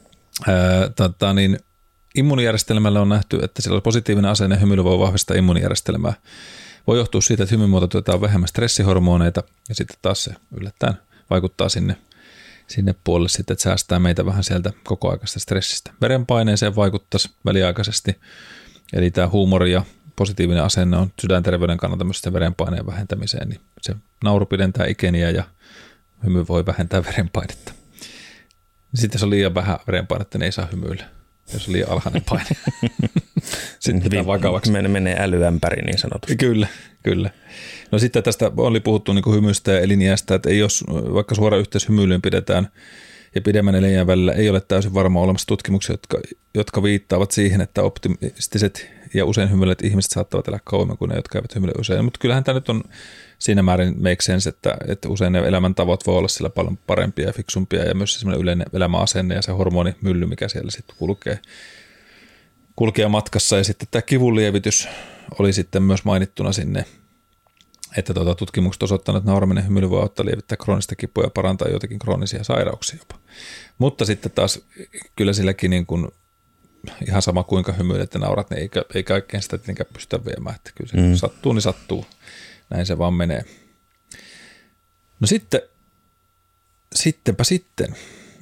immuunijärjestelmällä on nähty, että sillä on positiivinen asenne, hymyily voi vahvistaa immuunijärjestelmää. Voi johtua siitä, että hymyn muoto tuotetaan vähemmän stressihormoneita ja sitten taas se yllättäen vaikuttaa sinne puolelle sitten, että säästää meitä vähän sieltä kokoaikaisesta stressistä. Verenpaineeseen vaikuttaisi väliaikaisesti, eli tämä huumori ja positiivinen asenne on sydänterveyden kannalta myös verenpaineen vähentämiseen, niin se nauru pidentää ikeniä ja hymy voi vähentää verenpainetta. Sitten jos on liian vähän verenpainetta, niin ei saa hymyillä, jos on liian alhainen paine. Sitten pitää vakavaksi. Menee älyämpäri niin sanotusti. Kyllä. No sitten tästä oli puhuttu niin kuin hymystä ja eliniästä, että jos vaikka suora yhteys hymyilyyn pidetään ja pidemmän eliniän välillä ei ole täysin varma olemassa tutkimuksia, jotka viittaavat siihen, että optimistiset ja usein hymyileet ihmiset saattavat elää kauemmin kuin ne, jotka eivät hymyile usein. Mutta kyllähän tämä nyt on siinä määrin make sense, että usein ne elämäntavat voi olla sillä paljon parempia ja fiksumpia ja myös semmoinen yleinen elämäasenne ja se hormonimylly, mikä siellä sitten kulkee matkassa. Ja sitten tämä kivunlievitys oli sitten myös mainittuna sinne, että tutkimukset osoittaneet, että nauraminen hymyily voi auttaa lievittää kroonista kipua ja parantaa joitakin kroonisia sairauksia jopa. Mutta sitten taas kyllä silläkin niin kuin ihan sama kuinka hymyilet ja naurat, niin ei kaikkeen sitä tietenkään pystytä viemään, että kyllä se sattuu, niin sattuu. Näin se vaan menee. No sittenpä sitten.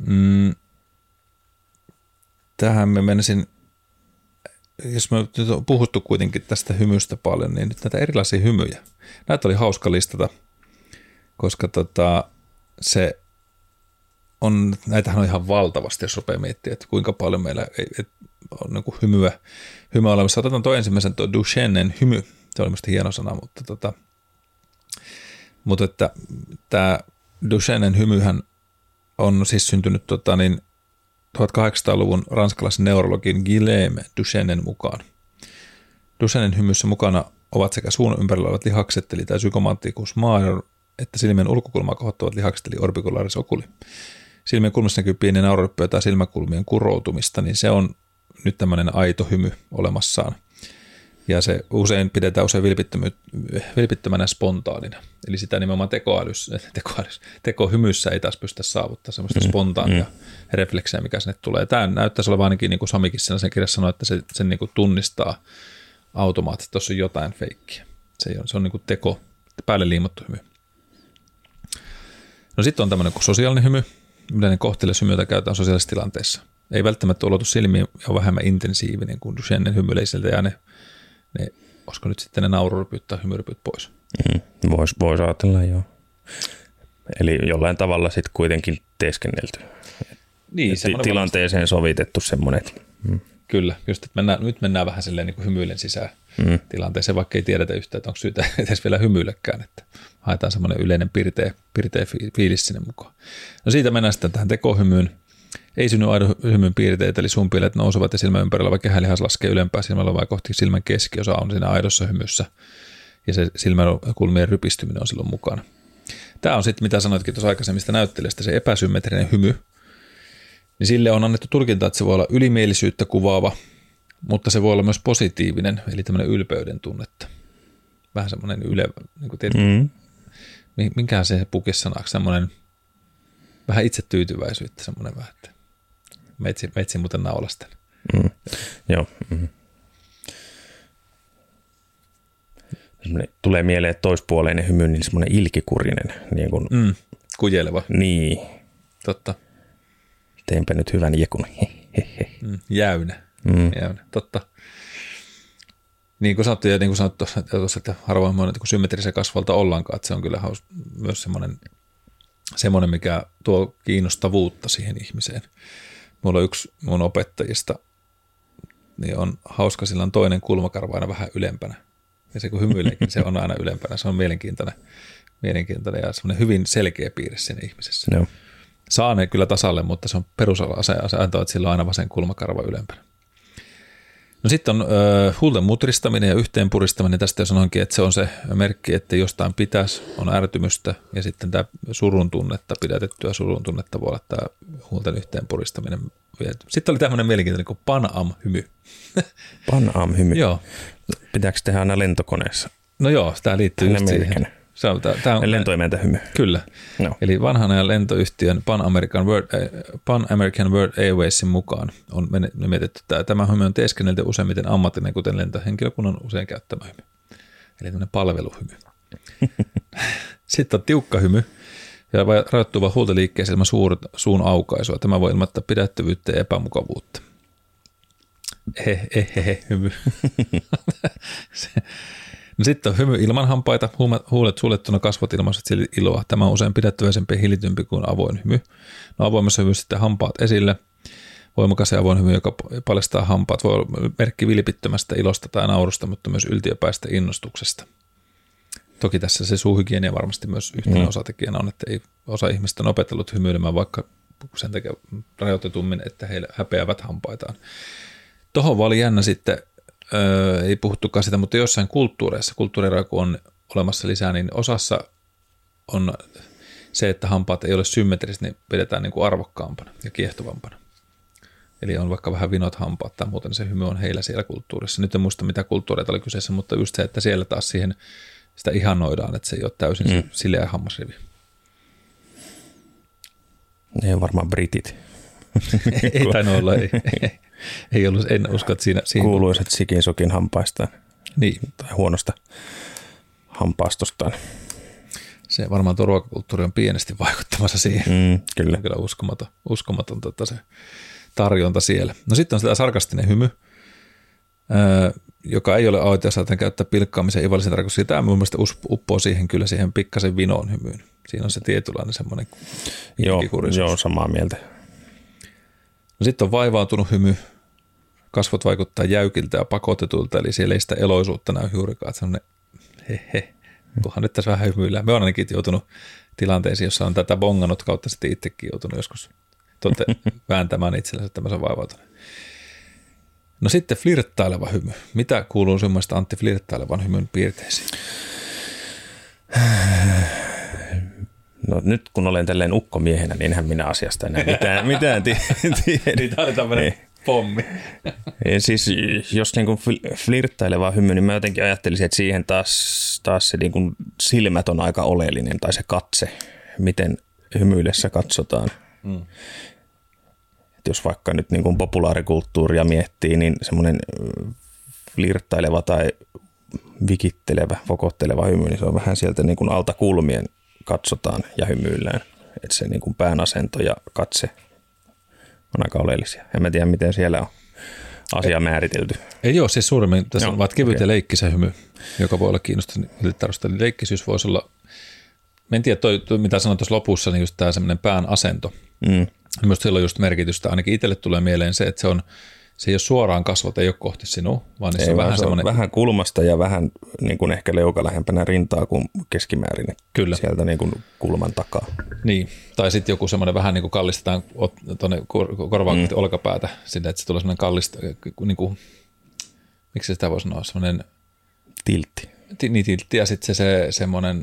Tähän me menisin, jos me nyt on puhuttu kuitenkin tästä hymystä paljon, niin nyt näitä erilaisia hymyjä. Näitä oli hauska listata, koska se on, näitähän on ihan valtavasti, jos rupeaa miettimään, että kuinka paljon meillä on niin kuin hymyä olemassa. Otetaan tuo ensimmäisen, tuo Duchennen hymy. Se oli minusta hieno sana, mutta että tämä Duchennen hymyhän on siis syntynyt 1800-luvun ranskalaisen neurologin Guillaume Duchenen mukaan. Duchenen hymyssä mukana ovat sekä suun ympärillä olevat lihakset, eli tämä zygomaticus major, että silmien ulkokulmaa kohottavat lihakset, eli orbicularis oculi. Silmien kulmassa näkyy pieni nauroryppyjä tai silmäkulmien kuroutumista, niin se on nyt tämmöinen aito hymy olemassaan. Ja se pidetään usein vilpittömänä spontaanina. Eli sitä nimenomaan tekohymyssä ei taas pystytä saavuttaa semmoista spontaania refleksejä, mikä sinne tulee. Tämä näyttäisi olevan ainakin, niin kuin Samikin sen kirjassa sanoi, että se niin kuin tunnistaa automaattisesti, tuossa on jotain feikkiä. Se on niin kuin päälle liimattu hymy. No sitten on tämmöinen kuin sosiaalinen hymy, yleinen kohtelias hymy, jota käytetään sosiaalisissa tilanteissa. Ei välttämättä ulotu silmiin ja on vähemmän intensiivinen kuin Duchenen hymyileisiltä ja ne olisiko nyt sitten ne naururypyt tai hymyrypyt pois? Voisi ajatella, joo. Eli jollain tavalla sitten kuitenkin teeskennelty. Niin, tilanteeseen sovitettu semmoinen. Kyllä, just että nyt mennään vähän silleen niin kuin hymyilen sisään tilanteeseen, vaikka ei tiedetä yhtään, että onko syytä edes vielä hymyillekään, että haetaan semmoinen yleinen pirteä fiilis sinne mukaan. No siitä mennään sitten tähän tekohymyyn. Ei synny aidon hymyn piirteitä, eli suunpieleet nousevat ja silmän ympärillä, vaikka kehälihas laskee ylempää silmällä vai kohti silmän keskiosa on siinä aidossa hymyssä, ja se silmäkulmien rypistyminen on silloin mukana. Tämä on sitten, mitä sanoitkin tuossa aikaisemmista näyttelystä, se epäsymmetrinen hymy, niin sille on annettu tulkinta, että se voi olla ylimielisyyttä kuvaava, mutta se voi olla myös positiivinen, eli tämmöinen ylpeyden tunnetta. Vähän semmoinen niin kuin tietysti, minkään se pukisi sanaksi, semmoinen vähän itsetyytyväisyyttä, semmoinen vähän, että meitsi muuten naulasta. Joo. Tulee mieleen, että toispuoleinen hymy, niin semmoinen ilkikurinen. Niin kuin, kujeleva. Niin. Totta. Teenpä nyt hyvän jekun. Jäynä. Jäynä. Totta. Niin kuin sanottu, ja niin kuin sanottu tuossa, että harvoin niin symmetrisen kasvalta ollaankaan, että se on kyllä myös semmoinen, mikä tuo kiinnostavuutta siihen ihmiseen. Mulla on yksi mun opettajista, niin on hauska, sillä on toinen kulmakarva aina vähän ylempänä. Ja se kun hymyileekin, se on aina ylempänä. Se on mielenkiintoinen ja semmoinen hyvin selkeä piirre siinä ihmisessä. No. Saa ne kyllä tasalle, mutta se on perusasento, että sillä on aina vasen kulmakarva ylempänä. No sitten on huulten mutristaminen ja yhteenpuristaminen. Tästä jo sanoinkin, että se on se merkki, että jostain pitäisi, on ärtymystä. Ja sitten tämä surun tunnetta, pidätettyä surun tunnetta voi olla tämä huulten yhteenpuristaminen. Sitten oli tämmöinen mielenkiintoinen kuin Pan-Am-hymy. Pan-Am-hymy? Joo. Pitääkö tehdä aina lentokoneessa? No joo, tämä liittyy just siihen. Tämä on lentoimäntähymy. Kyllä. No. Eli vanhan ajan lentoyhtiön Pan American World Airwaysin mukaan on nimitetty tämä hymy on teeskennelty useimmiten ammatillinen, kuten lentohenkilökunnan usein käyttämä hymy. Eli tämmöinen palveluhymy. Sitten on tiukka hymy ja rajoittuva huulteliikkeeseen ilman suun aukaisua. Tämä voi ilmoittaa pidättyvyyttä ja epämukavuutta. Hymy. No sitten on hymy ilman hampaita, huulet suljettuna, kasvot ilmaiset iloa. Tämä on usein pidättyväisempi ja hillitympi kuin avoin hymy. No avoimessa hymyssä sitten hampaat esille. Voimakas ja avoin hymy, joka paljastaa hampaat, voi olla merkki vilpittömästä ilosta tai naurusta, mutta myös yltiöpäistä innostuksesta. Toki tässä se suuhygienia varmasti myös yhtenä osatekijänä on, että ei osa ihmistä on opetellut hymyilemään vaikka sen takia rajoitetummin, että he häpeävät hampaitaan. Tuohon oli jännä sitten, ei puhuttukaan sitä, mutta jossain kulttuureissa kun on olemassa lisää, niin osassa on se, että hampaat ei ole symmetriset, niin pidetään niin kuin arvokkaampana ja kiehtovampana. Eli on vaikka vähän vinot hampaat tai muuten se hymy on heillä siellä kulttuurissa. Nyt en muista mitä kulttuureita oli kyseessä, mutta just se, että siellä taas sitä ihannoidaan, että se ei ole täysin sileä hammasrivi. Ne on varmaan britit. Ei tainnut olla, ei ollut, en usko, että siinä kuuluisat sikin sokin hampaistaan. Niin. Tai huonosta hampaastostaan. Se varmaan tuo ruokakulttuuri on pienesti vaikuttamassa siihen. Kyllä. On kyllä uskomaton se tarjonta siellä. No sitten on sitä sarkastinen hymy, joka ei ole aito, ja saatan käyttää pilkkaamisen ivallisen tarkoituksia. Tämä mun mielestä uppoo siihen kyllä siihen pikkasen vinoon hymyyn. Siinä on se tietynlainen semmoinen Joo, samaa mieltä. No sitten on vaivautunut hymy. Kasvot vaikuttaa jäykiltä ja pakotetulta, eli siellä ei sitä eloisuutta näy juurikaan. Semmoinen Kunhan nyt tässä vähän hymyillään. Me on ainakin joutunut tilanteisiin, jossa on tätä bongannut kautta sitten itsekin joutunut joskus vääntämään itsellensä, että mä saan vaivautunut. No sitten flirttaileva hymy. Mitä kuuluu semmoista Antti flirttailevan hymyn piirteisiin? No nyt kun olen tälleen ukkomiehenä, niin enhän minä asiasta enää mitään tiedä. Niin tämä oli tämmöinen pommi. Siis jos niin kuin flirttaileva hymy, niin mä jotenkin ajattelisin, että siihen taas se niin kuin silmät on aika oleellinen, tai se katse, miten hymyillessä katsotaan. Et jos vaikka nyt niin kuin populaarikulttuuria miettii, niin semmoinen flirttaileva tai vikittelevä, vokotteleva hymy, niin se on vähän sieltä niin kuin alta kulmien katsotaan ja hymyillään. Että se niin kuin pään asento ja katse on aika oleellisia. En mä tiedä, miten siellä on asia määritelty. Ei ole siis suuremmin. Tässä on vaan kevyt ja leikkisä hymy, joka voi olla kiinnostunut. Eli leikkisyys voisi olla, en tiedä, mitä sanoin tuossa lopussa, niin just tämä semmoinen pään asento. Minusta sillä on just merkitystä. Ainakin itselle tulee mieleen se, että se ei ole suoraan kasvot, ei ole kohti sinua, vaan se on vähän semmoinen. Vähän kulmasta ja vähän niin kuin ehkä leuka lähempänä rintaa kuin keskimäärin. Kyllä. Sieltä niin kuin kulman takaa. Niin, tai sitten joku semmoinen vähän niin kuin kallistetaan tuonne korvaan olkapäätä sinne, että se tulee semmoinen kallista, niin kuin, miksi sitä voi sanoa, semmoinen tiltti. Niin, tiltti ja sitten se semmoinen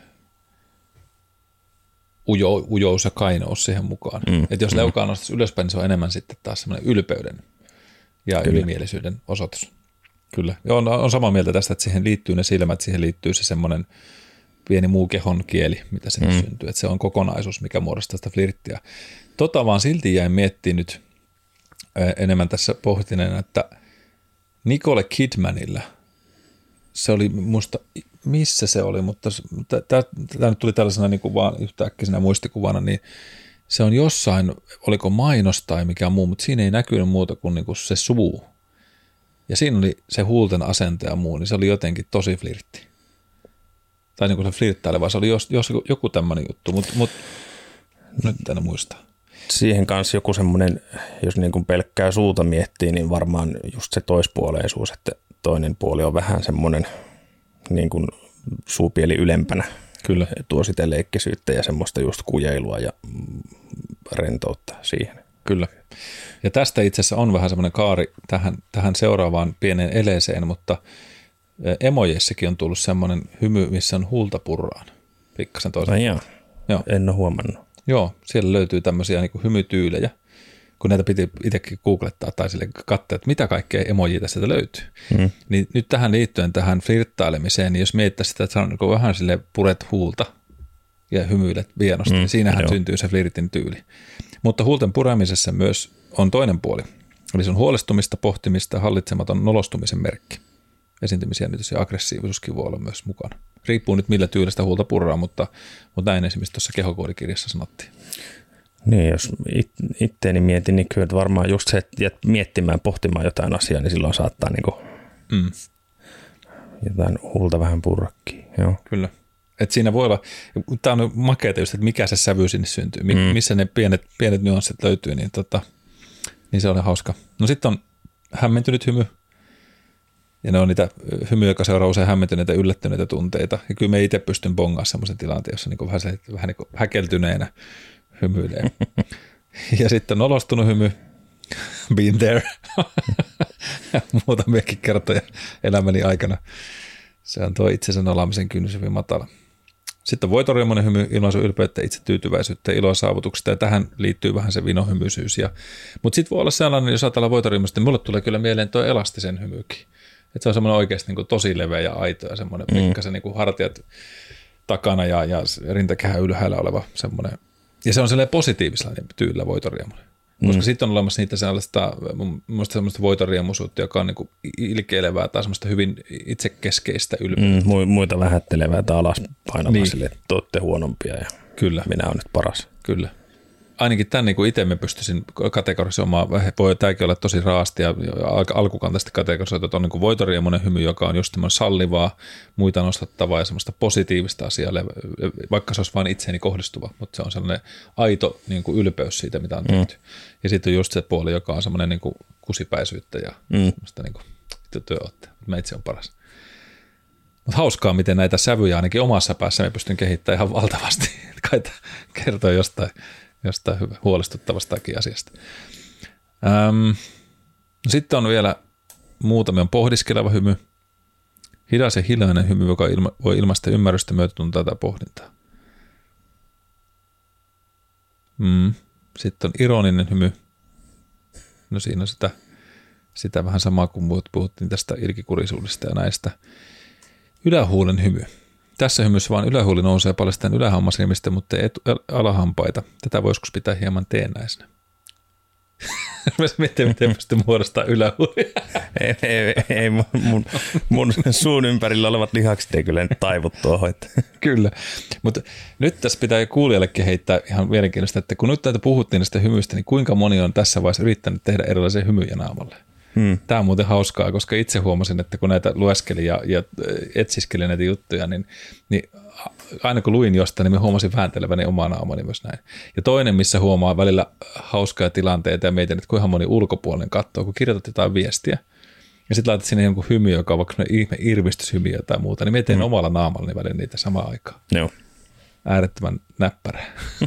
ujous ja kainous siihen mukaan. Että jos leukaa nostaisi ylöspäin, niin se on enemmän sitten taas semmoinen ylpeyden ja ylimielisyyden osoitus. Kyllä. Ja on samaa mieltä tästä, että siihen liittyy ne silmät, siihen liittyy se semmoinen pieni muu kehon kieli, mitä sinne syntyy. Että se on kokonaisuus, mikä muodostaa sitä flirttiä. Vaan silti jäin miettimään nyt enemmän tässä pohtineena, että Nicole Kidmanilla, se oli musta, missä se oli, mutta tämä nyt tuli tällaisena niin kuin vaan yhtäkkisenä muistikuvana, niin se on jossain, oliko mainos tai mikä muu, mutta siinä ei näkynyt muuta kuin, niinku se suu. Ja siinä oli se huulten asento ja muu, niin se oli jotenkin tosi flirtti. Tai niin kuin se flirttaileva, se oli joku tämmöinen juttu, mutta nyt en muista. Siihen kanssa joku semmoinen, jos niin kuin pelkkää suuta miettii, niin varmaan just se toispuoleisuus, että toinen puoli on vähän semmoinen niin kuin suupieli ylempänä. Kyllä. Tuo sitä leikkisyyttä ja semmoista just kujeilua ja rentoutta siihen. Kyllä. Ja tästä itse asiassa on vähän semmoinen kaari tähän seuraavaan pieneen eleeseen, mutta emojeissakin on tullut semmoinen hymy, missä on huulta purraan. Pikkasen toisaalta. Joo. En ole huomannut. Joo, siellä löytyy tämmöisiä niin kuin hymytyylejä, kun näitä piti itsekin googlettaa tai sille katsoa, että mitä kaikkea emojia sieltä löytyy. Niin nyt tähän liittyen tähän flirttailemiseen, niin jos miettäisiin sitä, että on vähän sille puret huulta ja hymyilet vienosti, niin siinähän syntyy se flirtin tyyli. Mutta huulten puremisessa myös on toinen puoli. Eli se on huolestumista, pohtimista ja hallitsematon nolostumisen merkki. Esiintymisjännitys ja aggressiivisuuskin voi olla myös mukana. Riippuu nyt millä tyylistä sitä huulta purraa, mutta näin esimerkiksi tuossa kehokoodikirjassa sanottiin. Niin, jos itteeni mietin, niin kyllä varmaan just se, että miettimään, pohtimaan jotain asiaa, niin silloin saattaa niin kuin jotain huulta vähän purrakkiin. Joo. Kyllä. Että siinä voi olla, tämä on makeata just, että mikä se sävy sinne syntyy, missä ne pienet nyanssit löytyy, niin niin se oli hauska. No sitten on hämmentynyt hymy, ja ne on niitä hymyjä, joka seuraa usein hämmentyneitä, yllättyneitä tunteita, ja kyllä me itse pystyn bongaan semmoisen tilanteen, jossa niin vähän niin kuin häkeltyneenä hymyilee. Ja sitten nolostunut hymy, been there, muutamiakin kertoja elämäni aikana. Se on tuo itsensä nolaamisen kynnys hyvin matala. Sitten on voitoriemoinen hymy, ilmaisu ylpeyttä, itsetyytyväisyyttä, iloa saavutuksesta, ja tähän liittyy vähän se vinohymyisyys. Mutta sitten voi olla sellainen, jos ajatellaan voitoriemoista, niin mulle tulee kyllä mieleen tuo elastisen hymykin. Että se on semmoinen oikeasti niin kuin tosi leveä ja aito ja semmoinen pikkasen niin kuin hartiat takana ja rintakehä ylhäällä oleva semmoinen. Ja se on sellainen positiivisella tyylillä voitoriemoinen. Koska sitten on olemassa niitä semmoista voitoriemuisuutta, joka on niin kuin ilkeilevää tai semmoista hyvin itsekeskeistä ylpeyttä. Muita vähättelevää tai alaspainavaa sille, että te olette huonompia ja kyllä. Minä olen nyt paras. Kyllä. Ainakin tämän niin kuin itse me pystyisin kategorisoimaan. Voi tämäkin olla tosi raasti ja alkukantaisesti kategorisoitu, että on niin kuin voitoriemoinen hymy, joka on just semmoinen sallivaa, muita nostattavaa ja semmoista positiivista asiaa, vaikka se olisi vain itseeni kohdistuva, mutta se on sellainen aito niin kuin ylpeys siitä, mitä on tehty. Ja sitten on just se puoli, joka on semmoinen niin kuin kusipäisyyttä ja semmoista niin kuin työottaa. Mä itse on paras. Mutta hauskaa, miten näitä sävyjä ainakin omassa päässä me pystyn kehittämään ihan valtavasti. Kai kertoo jostain huolestuttavastakin asiasta. Sitten on vielä muutamia pohdiskeleva hymy. Hidas ja hiljainen hymy, joka voi ilmaista ymmärrystä, myötätuntoa tai pohdintaa. Sitten on ironinen hymy. No siinä on sitä vähän samaa kuin puhuttiin tästä ilkikurisuudesta ja näistä. Ylähuulen hymy. Tässä hymyssä vaan ylähuuli nousee paljastaan ylähammasriimistä, mutta ei alahampaita. Tätä voi joskus pitää hieman teennäisenä. Miten pystyy muodostamaan ylähuulia? Ei mun suun ympärillä olevat lihakset ei kyllä taivu tuohon. Kyllä, mutta nyt tässä pitää kuulijallekin heittää ihan mielenkiintoista, että kun nyt näitä puhuttiin näistä hymyistä, niin kuinka moni on tässä vaiheessa yrittänyt tehdä erilaisia hymyjä naamalle? Tämä on muuten hauskaa, koska itse huomasin, että kun näitä lueskelin ja etsiskelin näitä juttuja, niin aina kun luin jostain, niin mä huomasin väänteleväni omaa naamani myös näin. Ja toinen, missä huomaa välillä hauskoja tilanteita ja mietin, että kuinka moni ulkopuolinen katsoo, kun kirjoitat jotain viestiä. Ja sitten laitat sinne jonkun hymy, joka on vaikka ihme irvistyshymy tai muuta, niin mä teen omalla naamallani välillä niitä samaan aikaan. Joo. Äärettömän näppärä.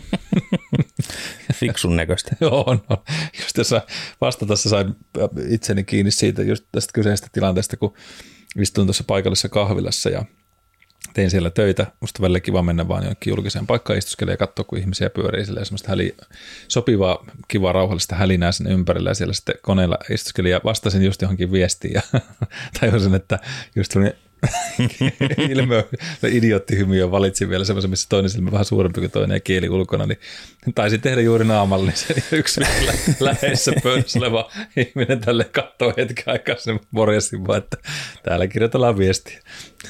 Fiksun näköistä. Joo, no. Just tässä vastatassa sain itseni kiinni siitä just tästä kyseisestä tilanteesta, kun istuin tuossa paikallisessa kahvilassa ja tein siellä töitä. Musta välillä kiva mennä vaan jonnekin julkiseen paikkaan istuskelemaan ja katsoa, kun ihmisia pyörii silleen semmoista sopivaa, kivaa, rauhallista hälinää sen ympärillä ja siellä sitten koneella istuskelin ja vastasin just johonkin viestiin ja tajusin, että just ilme idioottihymy ja valitsin vielä semmoisen, missä toinen silmä vähän suurempi kuin toinen ja kieli ulkona, niin taisin tehdä juuri naamallisen ja yksi läheisessä pöydässä oleva ihminen tälle katsoo hetken aikaa sen morjasin vaan, että täällä kirjoitellaan viestiä.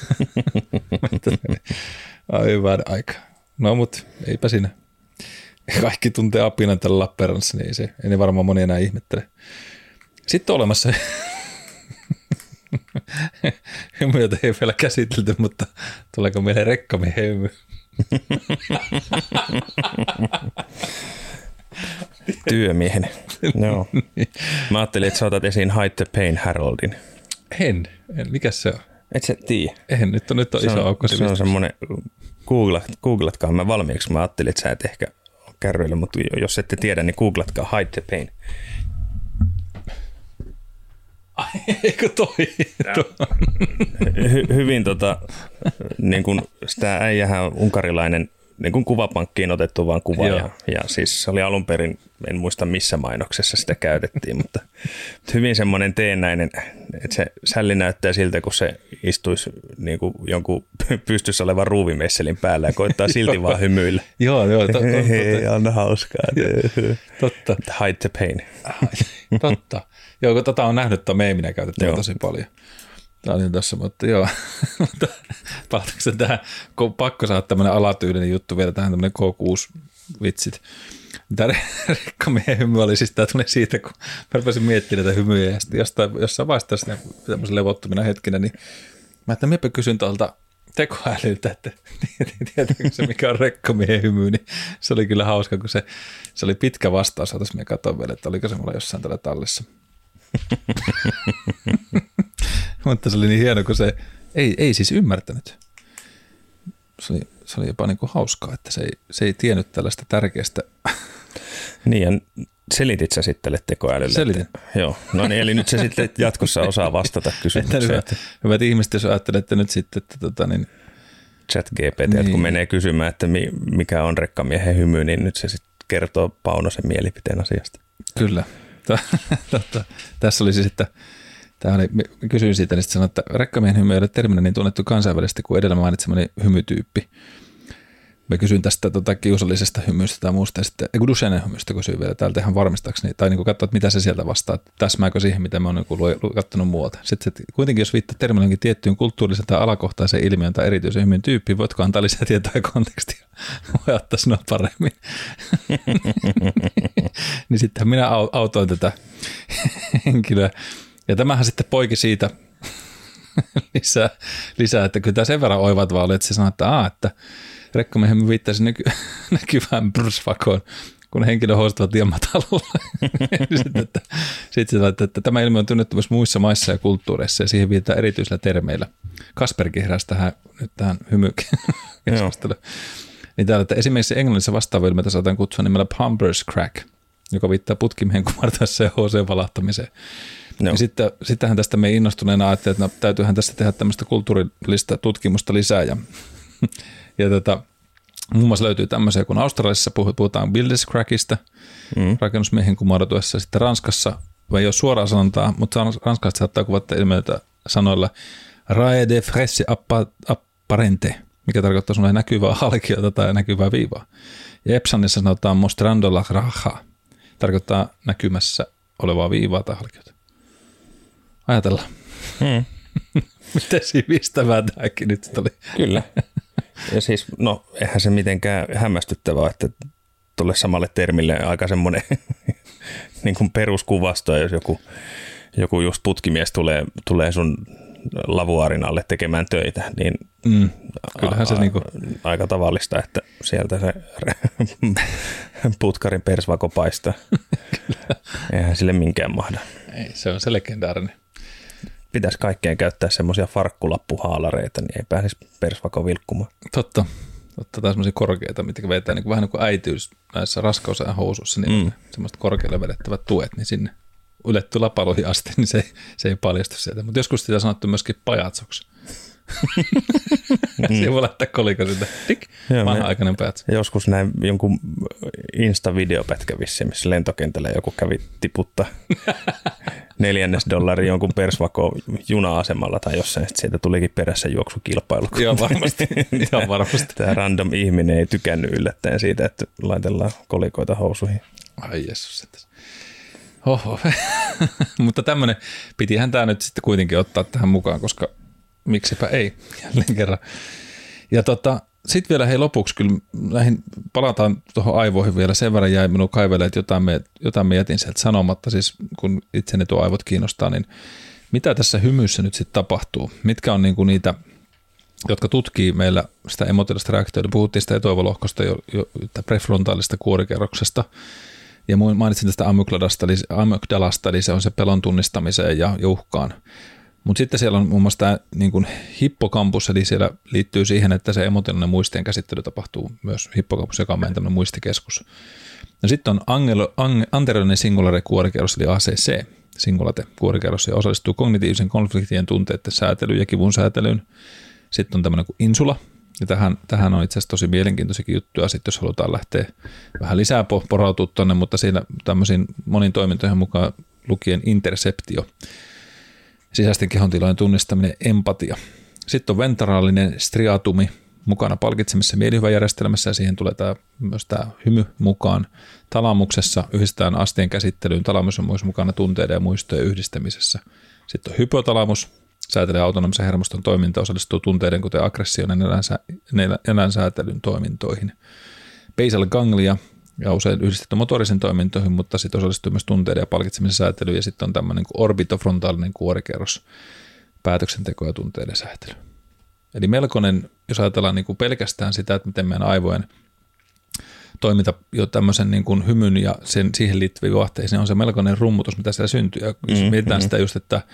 Hyvän aika. No mut eipä siinä. Kaikki tuntee apinan tällä Lappeenrannassa, niin ei ne varmaan moni enää ihmettele. Sitten on olemassa hymyjä ei vielä käsitelty, mutta tuleeko meille rekkamiehen hymy? Työmiehen. Joo. Mä ajattelin, että sä otat esiin Hide the Pain Haroldin. En. Mikäs se on? Et sä tiedä. Nyt on iso aukko. Se on semmoinen, googlatkaa mä valmiiksi. Mä ajattelin, että sä et ehkä ole kärryillä, mutta jos ette tiedä, niin googlatkaa Hide the Pain. Eikö toi? Hyvin niin kuin sitä äijähän on unkarilainen niin kuin kuvapankkiin otettu vaan kuva ja siis se oli alun perin, en muista missä mainoksessa sitä käytettiin, mutta hyvin semmoinen teennäinen, että se sälli näyttää siltä, kun se istuisi niin kuin jonkun pystyssä olevan ruuvimesselin päällä ja koittaa silti vaan hymyillä. Joo. Hei, on hauskaa. Totta. Hide the pain. Totta. Joo, kun on nähnyt tuon meeminä käytetään tosi paljon. Tämä oli tässä, mutta joo. Palataanko se tähän, kun pakko saada tämmöinen alatyylinen juttu vielä tähän tämmöinen K6-vitsit. Tämä rekkamiehen hymy oli siis tämä tuli siitä, kun mä rupesin miettimään näitä hymyjä ja sitten jossain vaiheessa tämmöisen levottomina hetkinä, niin mä että minäpä kysyn tuolta tekoälyltä, että tiedätkö se mikä on rekkamiehen hymy, niin se oli kyllä hauska, kun se oli pitkä vastaus, otas minä katson vielä, että oliko se mulla jossain tällä tallessa. Mutta se oli niin hieno, kun se ei siis ymmärtänyt. Se oli jopa niin kuin hauskaa, että se ei tiennyt tällaista tärkeästä. Niin, ja selitit sä sitten tekoälylle? Selitin. Joo, no niin, eli nyt se sitten jatkossa osaa vastata kysymykseen. Hyvät ihmiset, jos ajattelette nyt sitten, että niin ChatGPT, niin. Kun menee kysymään, että mikä on rekkamiehen hymy, niin nyt se sitten kertoo Paunosen mielipiteen asiasta. Kyllä. Tässä oli siis, että kysyin siitä, niin sitten sanoin, että rekkamiehen hymy ei ole terminä niin tunnettu kansainvälisesti kuin edellä mainitsemani hymytyyppi. Mä kysyin tästä kiusallisesta hymystä tai muusta, ja sitten Duchennen hymystä kysyin vielä täältä ihan varmistaakseni, tai niin katsoa, että mitä se sieltä vastaa, että täsmääkö siihen, mitä mä oon niin katsonut muualta. Sitten kuitenkin, jos viittaa terminonkin tiettyyn kulttuurisen tai alakohtaiseen ilmiön tai erityisen hymyn tyyppiin, voitko antaa lisää tietoa ja kontekstia? Voi ottaa sanoa paremmin. Niin sittenhän minä autoin tätä henkilöä. Ja tämähän sitten poiki siitä lisää, että kyllä tämä sen verran oivattavaa oli, että se sanoi, että rekkamiehen viittasi näkyvään brusfakoon kun henkilö hoistavat liian matalalla. Sitten sanoit, että tämä ilmiö on tunnettu myös muissa maissa ja kulttuureissa ja siihen viitataan erityisillä termeillä. Kasperkin heräsi tähän hymykeskusteluun. Niin täällä, että esimerkiksi englannissa vastaava ilmiötä saataan kutsua nimellä Plumber's Crack, joka viittaa putkimiehen kumartaessa ja HC-valahtamiseen. No. Ja sittenhän tästä me innostuneena ajattelin, että täytyyhän tässä tehdä tämmöistä kulttuurillista tutkimusta lisää. Ja muun muassa löytyy tämmöisiä, kun Australiassa puhutaan builder's crackista, rakennusmiehen kumartuessa. Sitten Ranskassa, ei ole suoraa sanontaa, mutta Ranskassa saattaa kuvata ilmiötä sanoilla rae de fresse apparente, mikä tarkoittaa semmoinen näkyvää halkiota tai näkyvää viivaa. Ja Epsanissa sanotaan mostrando la raja, tarkoittaa näkymässä olevaa viivaa tai halkiota. Ajatellaan. Miten sivistävää tämäkin nyt oli. Kyllä. Ja siis, no eihän se mitenkään hämmästyttävää, että tuolle samalle termille aika semmoinen niin kuin peruskuvasto, jos joku just putkimies tulee sun lavuaarin alle tekemään töitä, niin kyllähän se aika tavallista, että sieltä se putkarin persvako paistaa. Eihän sille minkään mahda. Ei, se on se legendaarinen. Pitäisi kaikkeen käyttää semmoisia farkkulappuhaalareita, niin ei pääsisi persvako vilkkumaan. Totta. Tai semmoisia korkeita, mitkä vetää niin kuin, vähän niin kuin äitiys näissä raskausajan housuissa, niin semmoiset korkealle vedettävät tuet, niin sinne yletty lapaloihin asti, niin se ei paljastu sieltä. Mutta joskus sitä on sanottu myöskin pajatsoksi. Siinä voi laittaa kolikon siltä. Vanha-aikainen pajatso. Joskus näin jonkun Insta-videopätkä vissiin, missä lentokentällä joku kävi tiputtaa $4 jonkun persvako juna-asemalla tai jossain, että siitä tulikin perässä juoksukilpailu. Joo, varmasti. Ihan varmasti. Tämä random ihminen ei tykännyt yllättäen siitä, että laitellaan kolikoita housuihin. Ai Jeesus. Oho. Mutta tämmöinen, pitihän tämä nyt sitten kuitenkin ottaa tähän mukaan, koska miksipä ei, jälleen kerran. Ja sitten vielä lopuksi kyllä palataan tuohon aivoihin vielä, sen verran jäi minun kaivelemaan, että jotain me jätin sieltä sanomatta, siis kun itseni tuo aivot kiinnostaa, niin mitä tässä hymyssä nyt sitten tapahtuu? Mitkä on niinku niitä, jotka tutkii meillä sitä emotionaalista reaktiota, puhuttiin sitä etuaivolohkosta jo prefrontaalista kuorikerroksesta, ja mainitsin tästä amygdalasta, eli se on se pelon tunnistamiseen ja uhkaan. Mutta sitten siellä on muun muassa tämä niin kuin hippocampus, eli siellä liittyy siihen, että se emotionaalinen muistien käsittely tapahtuu myös hippocampus, joka on meidän tämmöinen muistikeskus. No sitten on anteriorinen singulare kuorikerros, eli ACC, singulate kuorikerros, ja osallistuu kognitiivisen konfliktien tunteiden säätelyyn ja kivun säätelyyn. Sitten on tämmöinen kuin insula, ja tähän on itse asiassa tosi mielenkiintoisiakin juttuja, sitten jos halutaan lähteä vähän lisää porautua tuonne, mutta siinä tämmöisiin monin toimintoihin mukaan lukien interseptio, sisäisten kehontilojen tunnistaminen, empatia. Sitten on ventraalinen striatumi mukana palkitsemisessa mielihyväjärjestelmässä, ja siihen tulee myös tämä hymy mukaan. Talamuksessa yhdistetään astien käsittelyyn, talamus on myös mukana tunteiden ja muistojen yhdistämisessä. Sitten on hypotalamus, säätelee autonomisen hermoston toiminta, osallistuu tunteiden, kuten aggression ja eläinsäätelyn toimintoihin. Basal ganglia, ja usein yhdistetty motorisen toimintoihin, mutta sitten osallistuu myös tunteiden ja palkitsemisen säätelyyn, ja sitten on tämmöinen kuin orbitofrontaalinen kuorikerros, päätöksenteko ja tunteiden säätely. Eli melkoinen, jos ajatellaan niin kuin pelkästään sitä, että miten meidän aivojen toiminta jo tämmöisen niin kuin hymyn ja siihen liittyviin vahteisiin, on se melkoinen rummutus, mitä siellä syntyy. Ja jos mietitään sitä just, että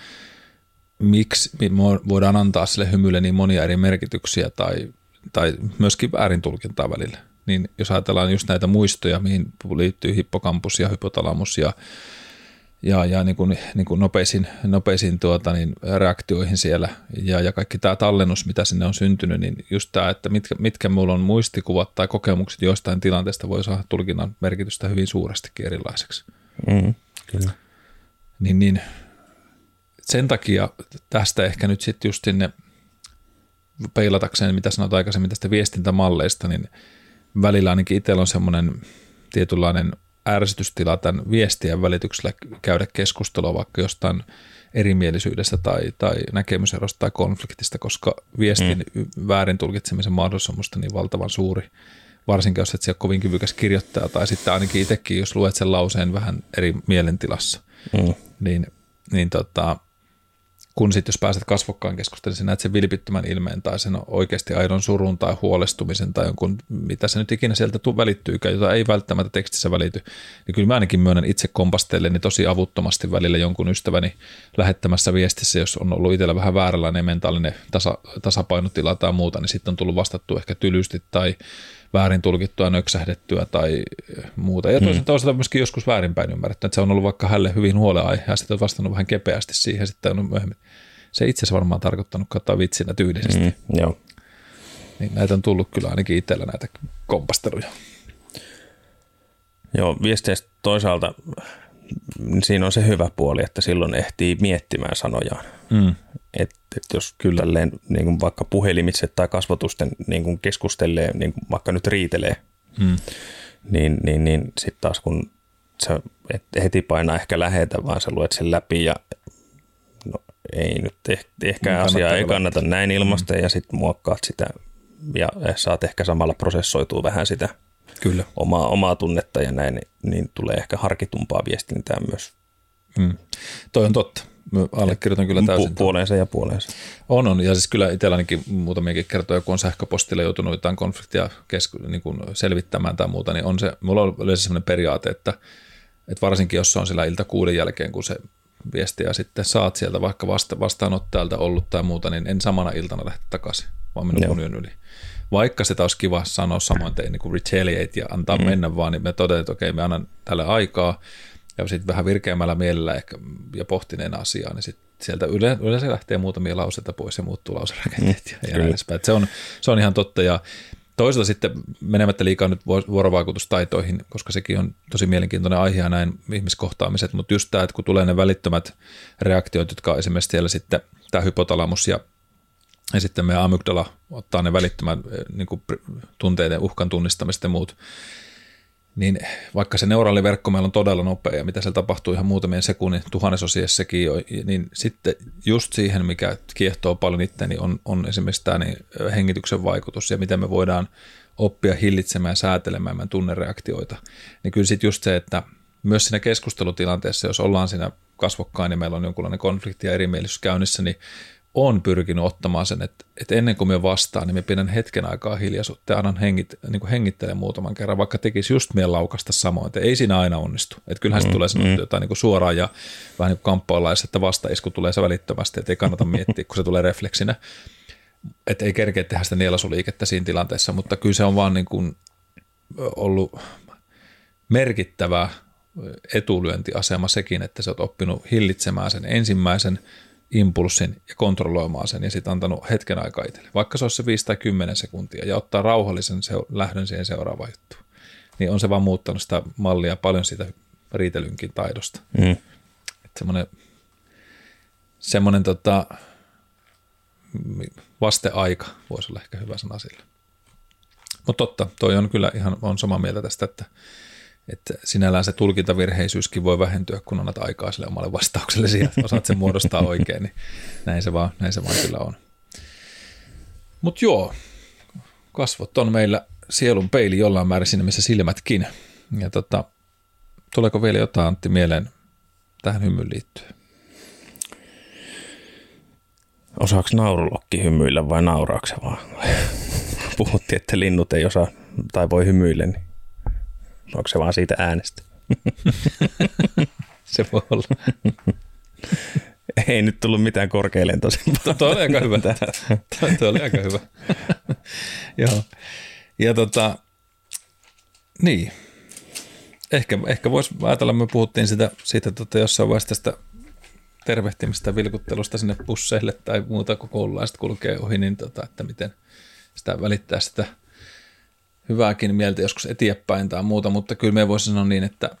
miksi voidaan antaa sille hymylle niin monia eri merkityksiä tai myöskin väärin tulkintaa välillä. Niin jos ajatellaan just näitä muistoja, mihin liittyy hippocampus ja hypotalamus ja niin kuin nopeisiin reaktioihin siellä ja kaikki tämä tallennus, mitä sinne on syntynyt, niin just tämä, että mitkä mulla on muistikuvat tai kokemukset joistain tilanteesta voi saada tulkinnan merkitystä hyvin suurestikin erilaiseksi. Kyllä. Niin sen takia tästä ehkä nyt sitten just sinne peilatakseen, mitä sanoit aikaisemmin tästä viestintämalleista, niin välillä ainakin itsellä on semmoinen tietynlainen ärsytystila tämän viestien välityksellä käydä keskustelua vaikka jostain erimielisyydestä tai näkemyserosta tai konfliktista, koska viestin väärin tulkitsemisen mahdollisuus on musta niin valtavan suuri, varsinkin jos et siellä kovin kyvykäs kirjoittaa tai sitten ainakin itsekin, jos luet sen lauseen vähän eri mielentilassa, niin kun sitten jos pääset kasvokkaan keskustelemaan, niin näet sen vilpittömän ilmeen tai sen oikeasti aidon surun tai huolestumisen tai jonkun, mitä se nyt ikinä sieltä välittyykään, jota ei välttämättä tekstissä välity, niin kyllä mä ainakin myönnän itse kompastelleni tosi avuttomasti välillä jonkun ystäväni lähettämässä viestissä, jos on ollut itsellä vähän vääränlainen mentaalinen tasapainotila tai muuta, niin sitten on tullut vastattua ehkä tylysti tai väärin tulkittua, nöksähdettyä tai muuta. Ja toisaalta myöskin joskus väärinpäin ymmärretty, että se on ollut vaikka hänelle hyvin huolenaihe ja sitten on vastannut vähän kepeästi siihen, sitten on myöhemmin. Se itse asiassa varmaan tarkoittanut katsoa vitsinä tyylisesti. Joo. Niin näitä on tullut kyllä ainakin itsellä näitä kompasteluja. Joo, viesteistä toisaalta siinä on se hyvä puoli, että silloin ehtii miettimään sanojaan. Et jos kyllä niin kuin vaikka puhelimitse tai kasvotusten niin kuin keskustelee, niin kuin vaikka nyt riitelee, niin sitten taas kun sä et heti painaa ehkä lähetä, vaan sä luet sen läpi ja no, ei nyt ehkä asiaa ei kannata näin ilmaista ja sitten muokkaat sitä ja saat ehkä samalla prosessoitua vähän sitä kyllä. Omaa tunnetta ja näin, niin tulee ehkä harkitumpaa viestintää myös. Toi on totta. Mä allekirjoitan kyllä täysin. Puoleensa ja puoleensa. On. Ja siis kyllä itsellänikin muutamiakin kertoja, kun on sähköpostilla joutunut jotain konfliktia niin kuin selvittämään tai muuta, niin on se, mulla on yleensä sellainen periaate, että varsinkin jos se on sillä ilta 6 jälkeen, kun se viesti ja sitten saat sieltä vaikka vastaanottajalta ollut tai muuta, niin en samana iltana lähde takaisin, vaan minun yön yli. Vaikka sitä olisi kiva sanoa samoin tein niin kuin retaliate ja antaa mennä vaan, niin me todetaan, että okei, me annan tälle aikaa ja sitten vähän virkeämmällä mielellä ehkä ja pohtineen asiaa, niin sitten sieltä yleensä lähtee muutamia lauseita pois ja muuttuu lauserakenteet ja näin edespäin. Se on ihan totta ja toisaalta sitten menemättä liikaa nyt vuorovaikutustaitoihin, koska sekin on tosi mielenkiintoinen aihe ja näin ihmiskohtaamiset, mutta just tämä, että kun tulee ne välittömät reaktiot, jotka on esimerkiksi siellä sitten tämä hypotalamus ja sitten meidän amygdala ottaa ne välittömät niin kuin tunteiden uhkan tunnistamista ja muut, niin vaikka se neuraaliverkko meillä on todella nopea ja mitä siellä tapahtuu ihan muutamien sekunnin tuhannesosiassakin jo, niin sitten just siihen, mikä kiehtoo paljon itse, niin on esimerkiksi tämä niin hengityksen vaikutus ja miten me voidaan oppia hillitsemään ja säätelemään meidän tunnereaktioita. Niin kyllä sitten just se, että myös siinä keskustelutilanteessa, jos ollaan siinä kasvokkain ja meillä on jonkunlainen konflikti ja erimielisyys käynnissä, niin on pyrkinyt ottamaan sen, että ennen kuin me vastaan, niin me pidän hetken aikaa hiljaisuutta ja annan hengittele muutaman kerran, vaikka tekisi just meidän laukasta samoin, että ei siinä aina onnistu. Että kyllähän se tulee sanottu jotain niin kuin suoraan ja vähän niin kuin kamppaillaan, että vastaisku tulee se välittömästi, että ei kannata miettiä, kun se tulee refleksinä. Että ei kerkeä tehdä sitä nielasuliikettä siinä tilanteessa, mutta kyllä se on vaan niin kuin ollut merkittävä etulyöntiasema sekin, että sä oot oppinut hillitsemään sen ensimmäisen impulssin ja kontrolloimaan sen ja sitten antanut hetken aikaa itselle. Vaikka se olisi se 5 tai 10 sekuntia ja ottaa rauhallisen lähdön siihen seuraavaan juttuun. Niin on se vaan muuttanut sitä mallia paljon siitä riitelynkin taidosta. Semmoinen vasteaika voisi olla ehkä hyvä sana sille. Mutta totta, toi on kyllä ihan on samaa mieltä tästä, että sinällään se tulkintavirheisyyskin voi vähentyä, kun annat aikaa sille omalle vastaukselle siihen, osaat sen muodostaa oikein, niin näin se vaan kyllä on. Mutta joo, kasvot on meillä sielun peili jollain määrin siinä, missä silmätkin. Ja tuleeko vielä jotain, Antti, mieleen tähän hymyyn liittyen? Osaako naurulokki hymyillä vai nauraako se vaan? Puhuttiin, että linnut ei osaa tai voi hymyillä, niin onko se vaan siitä äänestä? Se voi olla. Ei nyt tullut mitään korkealentoisempaa. Tuo oli aika hyvä. Tuo oli aika hyvä. Joo. Ja niin. Ehkä voisi ajatella, me puhuttiin siitä jossain vaiheessa tästä tervehtimistä vilkuttelusta sinne busseille tai muuta, kun koululaiset kulkee ohi, niin että miten sitä välittää sitä hyvääkin mieltä joskus eteenpäin tai muuta, mutta kyllä me voisi sanoa niin, että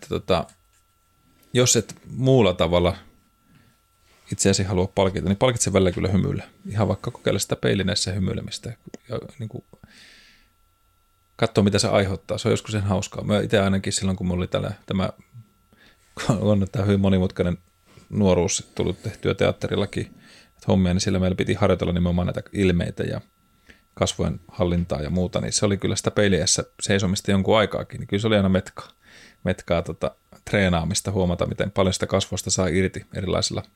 jos et muulla tavalla itseäsi halua palkita, niin palkitse välillä kyllä hymyillä. Ihan vaikka kokeile sitä peilineissä hymyilemistä ja niin kuin katsoa, mitä se aiheuttaa. Se on joskus sen hauskaa. Mä itse ainakin silloin, kun mulla oli tämä hyvin monimutkainen nuoruus tullut tehtyä teatterillakin hommia, niin sillä meillä piti harjoitella nimenomaan näitä ilmeitä ja kasvojen hallintaa ja muuta, niin se oli kyllä sitä peiliässä seisomista jonkun aikaakin, niin kyllä se oli aina metkaa treenaamista, huomata, miten paljon sitä kasvosta saa irti erilaisilla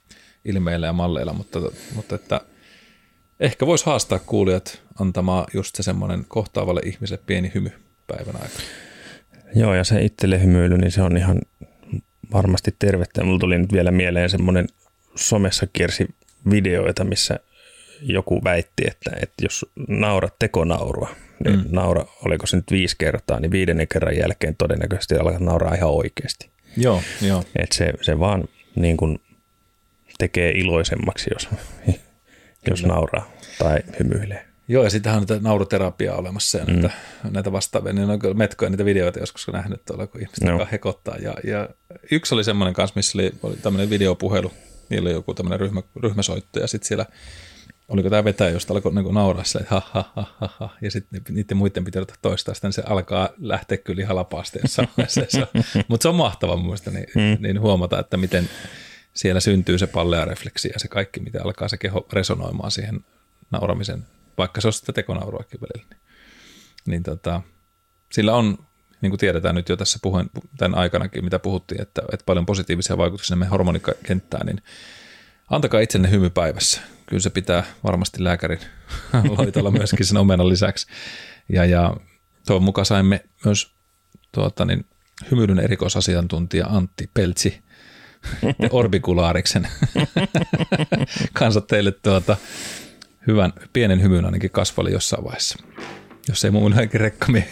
ilmeillä ja malleilla, mutta että ehkä voisi haastaa kuulijat antamaan just se semmoinen kohtaavalle ihmiselle pieni hymy päivän aikana. Joo, ja se itselle hymyily, niin se on ihan varmasti tervettä. Mulla tuli nyt vielä mieleen semmoinen somessa kiersi videoita, missä joku väitti, että jos naurat tekonaurua, niin naura, oliko se nyt 5 kertaa, niin 5. kerran jälkeen todennäköisesti alkaa nauraa ihan oikeasti. Joo. Että se vaan niin kuin tekee iloisemmaksi, jos nauraa tai hymyilee. Joo, ja sittenhän on näitä nauruterapiaa olemassa ja näitä vastaavia, niin on kyllä metkoja niitä videoita joskus nähnyt tuolla, kun ihmiset alkaa hekottaa. Ja yksi oli semmoinen kanssa, missä oli tämmöinen videopuhelu, niillä oli joku tämmöinen ryhmäsoitto, ja sitten siellä oliko tämä vetäjä, josta alkoi niin nauraa silleen, että ha, ja sitten niiden muiden pitää ottaa toistaa sitä, niin se alkaa lähteä kyllä ihan lapaasti jossain vaiheessa. Mutta se on mahtava mun mielestä niin huomata, että miten siellä syntyy se pallea-refleksi ja se kaikki, miten alkaa se keho resonoimaan siihen nauramisen, vaikka se on sitä tekonauruakin välillä. Niin sillä on, niin kuin tiedetään nyt jo tässä tämän aikanakin, mitä puhuttiin, että paljon positiivisia vaikutuksia meidän hormonikenttään, niin antakaa itsenne hymy päivässä. Kyllä se pitää varmasti lääkärin loitolla myöskin sen omenan lisäksi. Ja tuon mukaan saimme myös hymyilyn erikoisasiantuntija Antti Peltsi orbikulaariksen kanssa teille hyvän pienen hymyn ainakin kasvalle jossain vaiheessa. Jos ei muun johonkin rekkamiehen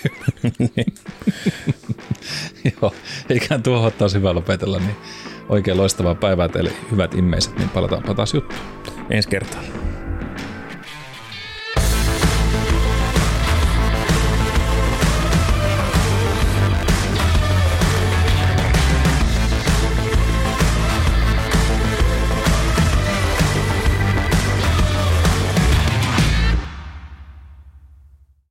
Joo, eiköhän tuohon taas hyvä lopetella, niin oikein loistavaa päivää teille, hyvät immeiset, niin palataanpa taas juttuun. Ensi kertaa.